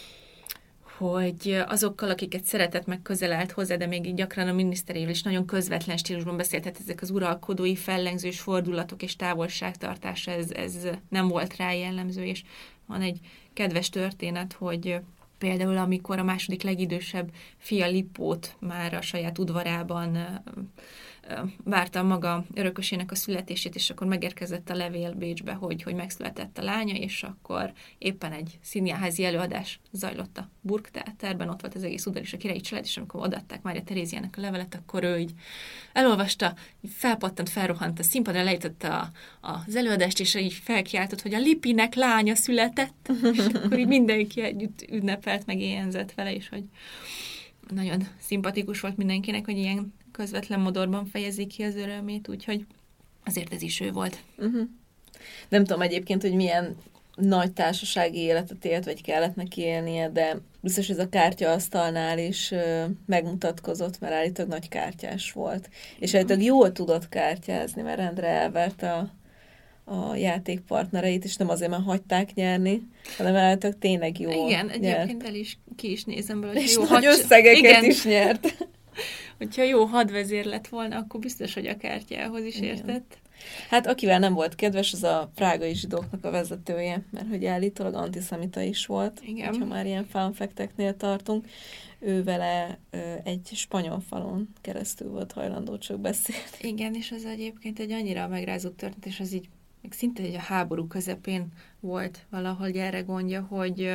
hogy azokkal, akiket szeretett, meg közel állt hozzá, de még így gyakran a miniszterével is nagyon közvetlen stílusban beszélt, tehát ezek az uralkodói fellengzős fordulatok és távolságtartása, ez nem volt rá jellemző, és van egy kedves történet, hogy például amikor a második legidősebb fia Lipót már a saját udvarában várta maga örökösének a születését, és akkor megérkezett a levél Bécsbe, hogy megszületett a lánya, és akkor éppen egy színházi előadás zajlott a Burgtheaterben, ott volt az egész udvar és a királyi család, és amikor odaadták Mária Teréziának a levelet, akkor ő így elolvasta, felpattant, felrohant a színpadra, leütötte az előadást, és így felkiáltott, hogy a Lipinek lánya született, és akkor így mindenki együtt ünnepelt, meg éjjenzett vele, és hogy nagyon szimpatikus volt mindenkinek, hogy ilyen közvetlen modorban fejezik ki az örömét, úgyhogy azért ez is ő volt. Nem tudom egyébként, hogy milyen nagy társasági életet élt, vagy kellett neki élnie, de biztos ez a kártyaasztalnál is megmutatkozott, mert állítólag nagy kártyás volt. És állítólag jól tudott kártyázni, mert rendre elverte a játékpartnereit, és nem azért, mert hagyták nyerni, hanem állítólag tényleg jó. Igen, egyébként ki is nézem belőle, és jó nagy összegeket is nyert. Hogyha jó hadvezér lett volna, akkor biztos, hogy a kártyához is értett. Hát akivel nem volt kedves, az a prágai zsidóknak a vezetője, mert hogy állítólag antiszemita is volt, ha már ilyen fun fact-eknél tartunk. Ő vele egy spanyol falon keresztül volt hajlandó csak beszélni. Igen, és az egyébként egy annyira megrázó történet, és az így még szinte egy a háború közepén volt valahogy erre gondja, hogy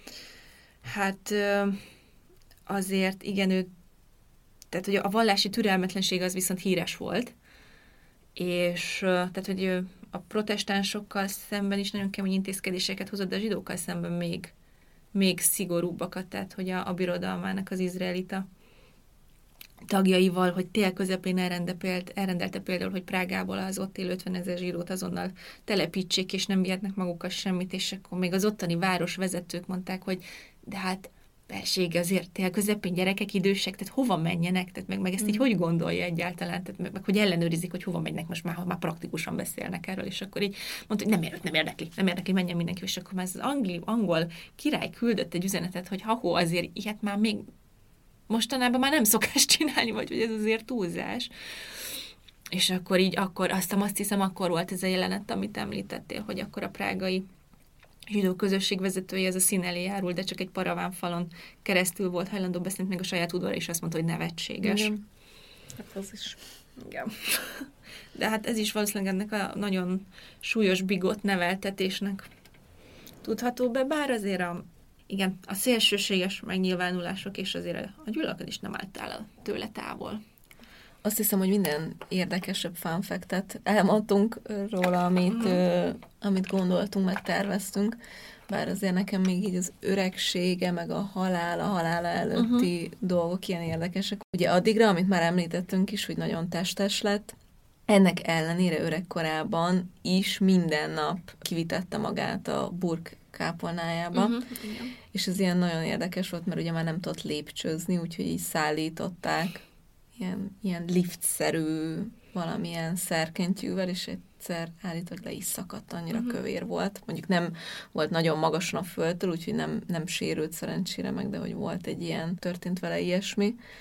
hát azért igen, ő tehát, hogy a vallási türelmetlenség az viszont híres volt, és tehát, hogy a protestánsokkal szemben is nagyon kemény intézkedéseket hozott, de a zsidókkal szemben még szigorúbbakat, tehát, hogy a birodalmának az izraelita tagjaival, hogy tél közepén elrendelte például, hogy Prágából az ott élő 50 000 zsidót azonnal telepítsék, és nem vihetnek magukkal semmit, és akkor még az ottani városvezetők mondták, hogy de hát belsége azért tél közepén gyerekek, idősek, tehát hova menjenek, tehát meg ezt így hogy gondolja egyáltalán, tehát meg hogy ellenőrizik, hogy hova mennek, most már praktikusan beszélnek erről, és akkor így mondta, hogy nem érdekli, menjen mindenki, és akkor már az angol király küldött egy üzenetet, hogy azért ilyet már még mostanában már nem szokás csinálni, vagy hogy ez azért túlzás. És akkor azt hiszem, akkor volt ez a jelenet, amit említettél, hogy akkor a prágai zsidó közösség vezetője, ez a szín elé járul, de csak egy paravánfalon keresztül volt hajlandó beszélni, még a saját udvarra, és azt mondta, hogy nevetséges. Igen. Hát az is. Igen. De hát ez is valószínűleg ennek a nagyon súlyos bigott neveltetésnek tudható be, bár azért a szélsőséges megnyilvánulások, és azért a gyűlölet is nem állt tőle távol. Azt hiszem, hogy minden érdekesebb fun fact-et elmondtunk róla, amit gondoltunk, meg terveztünk, bár azért nekem még így az öregsége, meg a halála előtti dolgok ilyen érdekesek. Ugye addigra, amit már említettünk is, hogy nagyon testes lett, ennek ellenére öregkorában is minden nap kivitette magát a burk kápolnájába, és ez ilyen nagyon érdekes volt, mert ugye már nem tudott lépcsőzni, úgyhogy így szállították ilyen liftszerű valamilyen szerkentyűvel, és egyszer állítólag le is szakadt, annyira kövér volt. Mondjuk nem volt nagyon magasan a földtől, úgyhogy nem sérült szerencsére meg, de hogy volt egy ilyen, történt vele ilyesmi.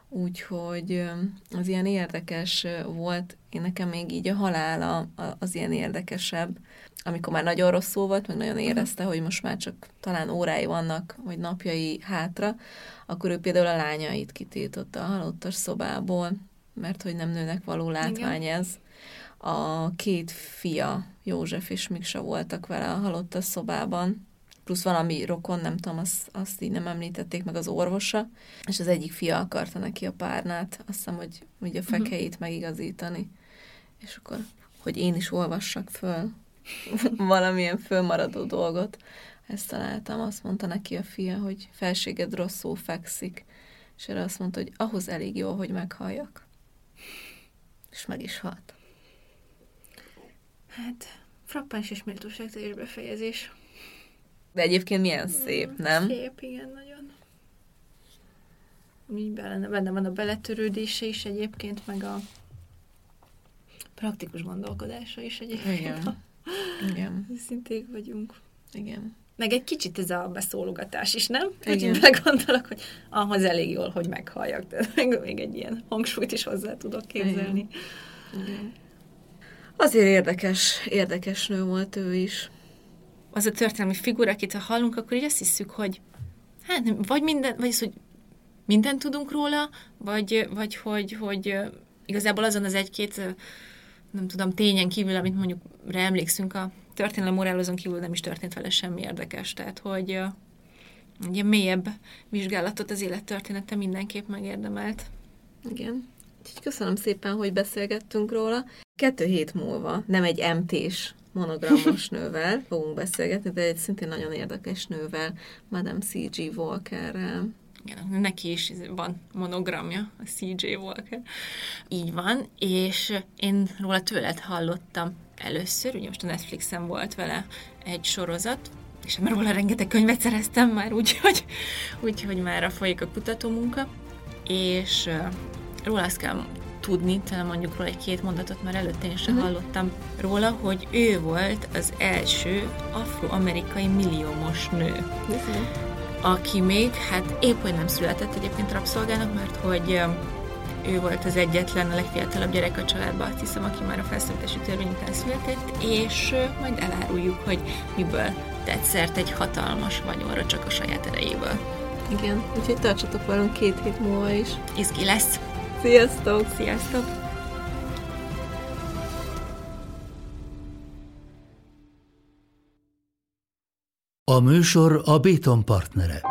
úgyhogy az ilyen érdekes volt. Én nekem még így a halála az ilyen érdekesebb, amikor már nagyon rosszul volt, meg nagyon érezte, hogy most már csak talán órái vannak, vagy napjai hátra, akkor ő például a lányait kitiltotta a halottas szobából, mert hogy nem nőnek való látvány ez. A 2 fia, József és Miksa voltak vele a halottas szobában, plusz valami rokon, nem tudom, azt így nem említették, meg az orvosa, és az egyik fia akarta neki a párnát, azt hiszem, hogy a fekejét megigazítani. És akkor, hogy én is olvassak föl valamilyen fölmaradó dolgot, ezt találtam, azt mondta neki a fia, hogy felséged rosszul fekszik, és erre azt mondta, hogy ahhoz elég jó, hogy meghalljak. És meg is halt. Hát, frappáns és méltóságteljes befejezés. De egyébként milyen szép, nem? Szép, igen, nagyon. Így benne van a beletörődése is egyébként, meg a praktikus gondolkodása is egyébként. Igen. Igen. Szinték vagyunk. Igen. Meg egy kicsit ez a beszólogatás is, nem? Igen. Úgy begondolok, hogy ahhoz elég jól, hogy meghalljak, de még egy ilyen hangsúlyt is hozzá tudok képzelni. Igen. Azért érdekes nő volt ő is. Az a történelmi figura, akit ha hallunk, akkor így azt hiszük, hogy hát nem, vagy az, hogy mindent tudunk róla, vagy hogy igazából azon az egy-két, nem tudom, tényen kívül, amit mondjuk emlékszünk a történelem morálozón kívül nem is történt vele semmi érdekes. Tehát, hogy egy ilyen mélyebb vizsgálatot az élettörténete mindenképp megérdemelt. Igen. Úgyhogy köszönöm szépen, hogy beszélgettünk róla. 2 hét múlva nem egy MT-s monogramos nővel fogunk beszélgetni, de egy szintén nagyon érdekes nővel, Madame C.G. Walkerrel. Igen, neki is van monogramja, a C.J. Walker. Így van, és én róla tőled hallottam először, ugye most a Netflixen volt vele egy sorozat, és róla rengeteg könyvet szereztem már, úgyhogy már folyik a kutatómunka, és róla azt kell tudni, talán mondjuk róla 1-2 mondatot, mert előtte én sem hallottam róla, hogy ő volt az első afroamerikai milliómos nő. Aki még, hát épp hogy nem született egyébként rabszolgának, mert hogy ő volt az egyetlen, a legfiatalabb gyerek a családban, azt hiszem, aki már a felszabadítási törvény után született, és majd eláruljuk, hogy miből tett szert egy hatalmas vagyonra csak a saját erejéből. Igen, úgyhogy tartsatok velünk 2 hét múlva is. Izgi lesz! Sziasztok! Sziasztok! A műsor a Béton partnere.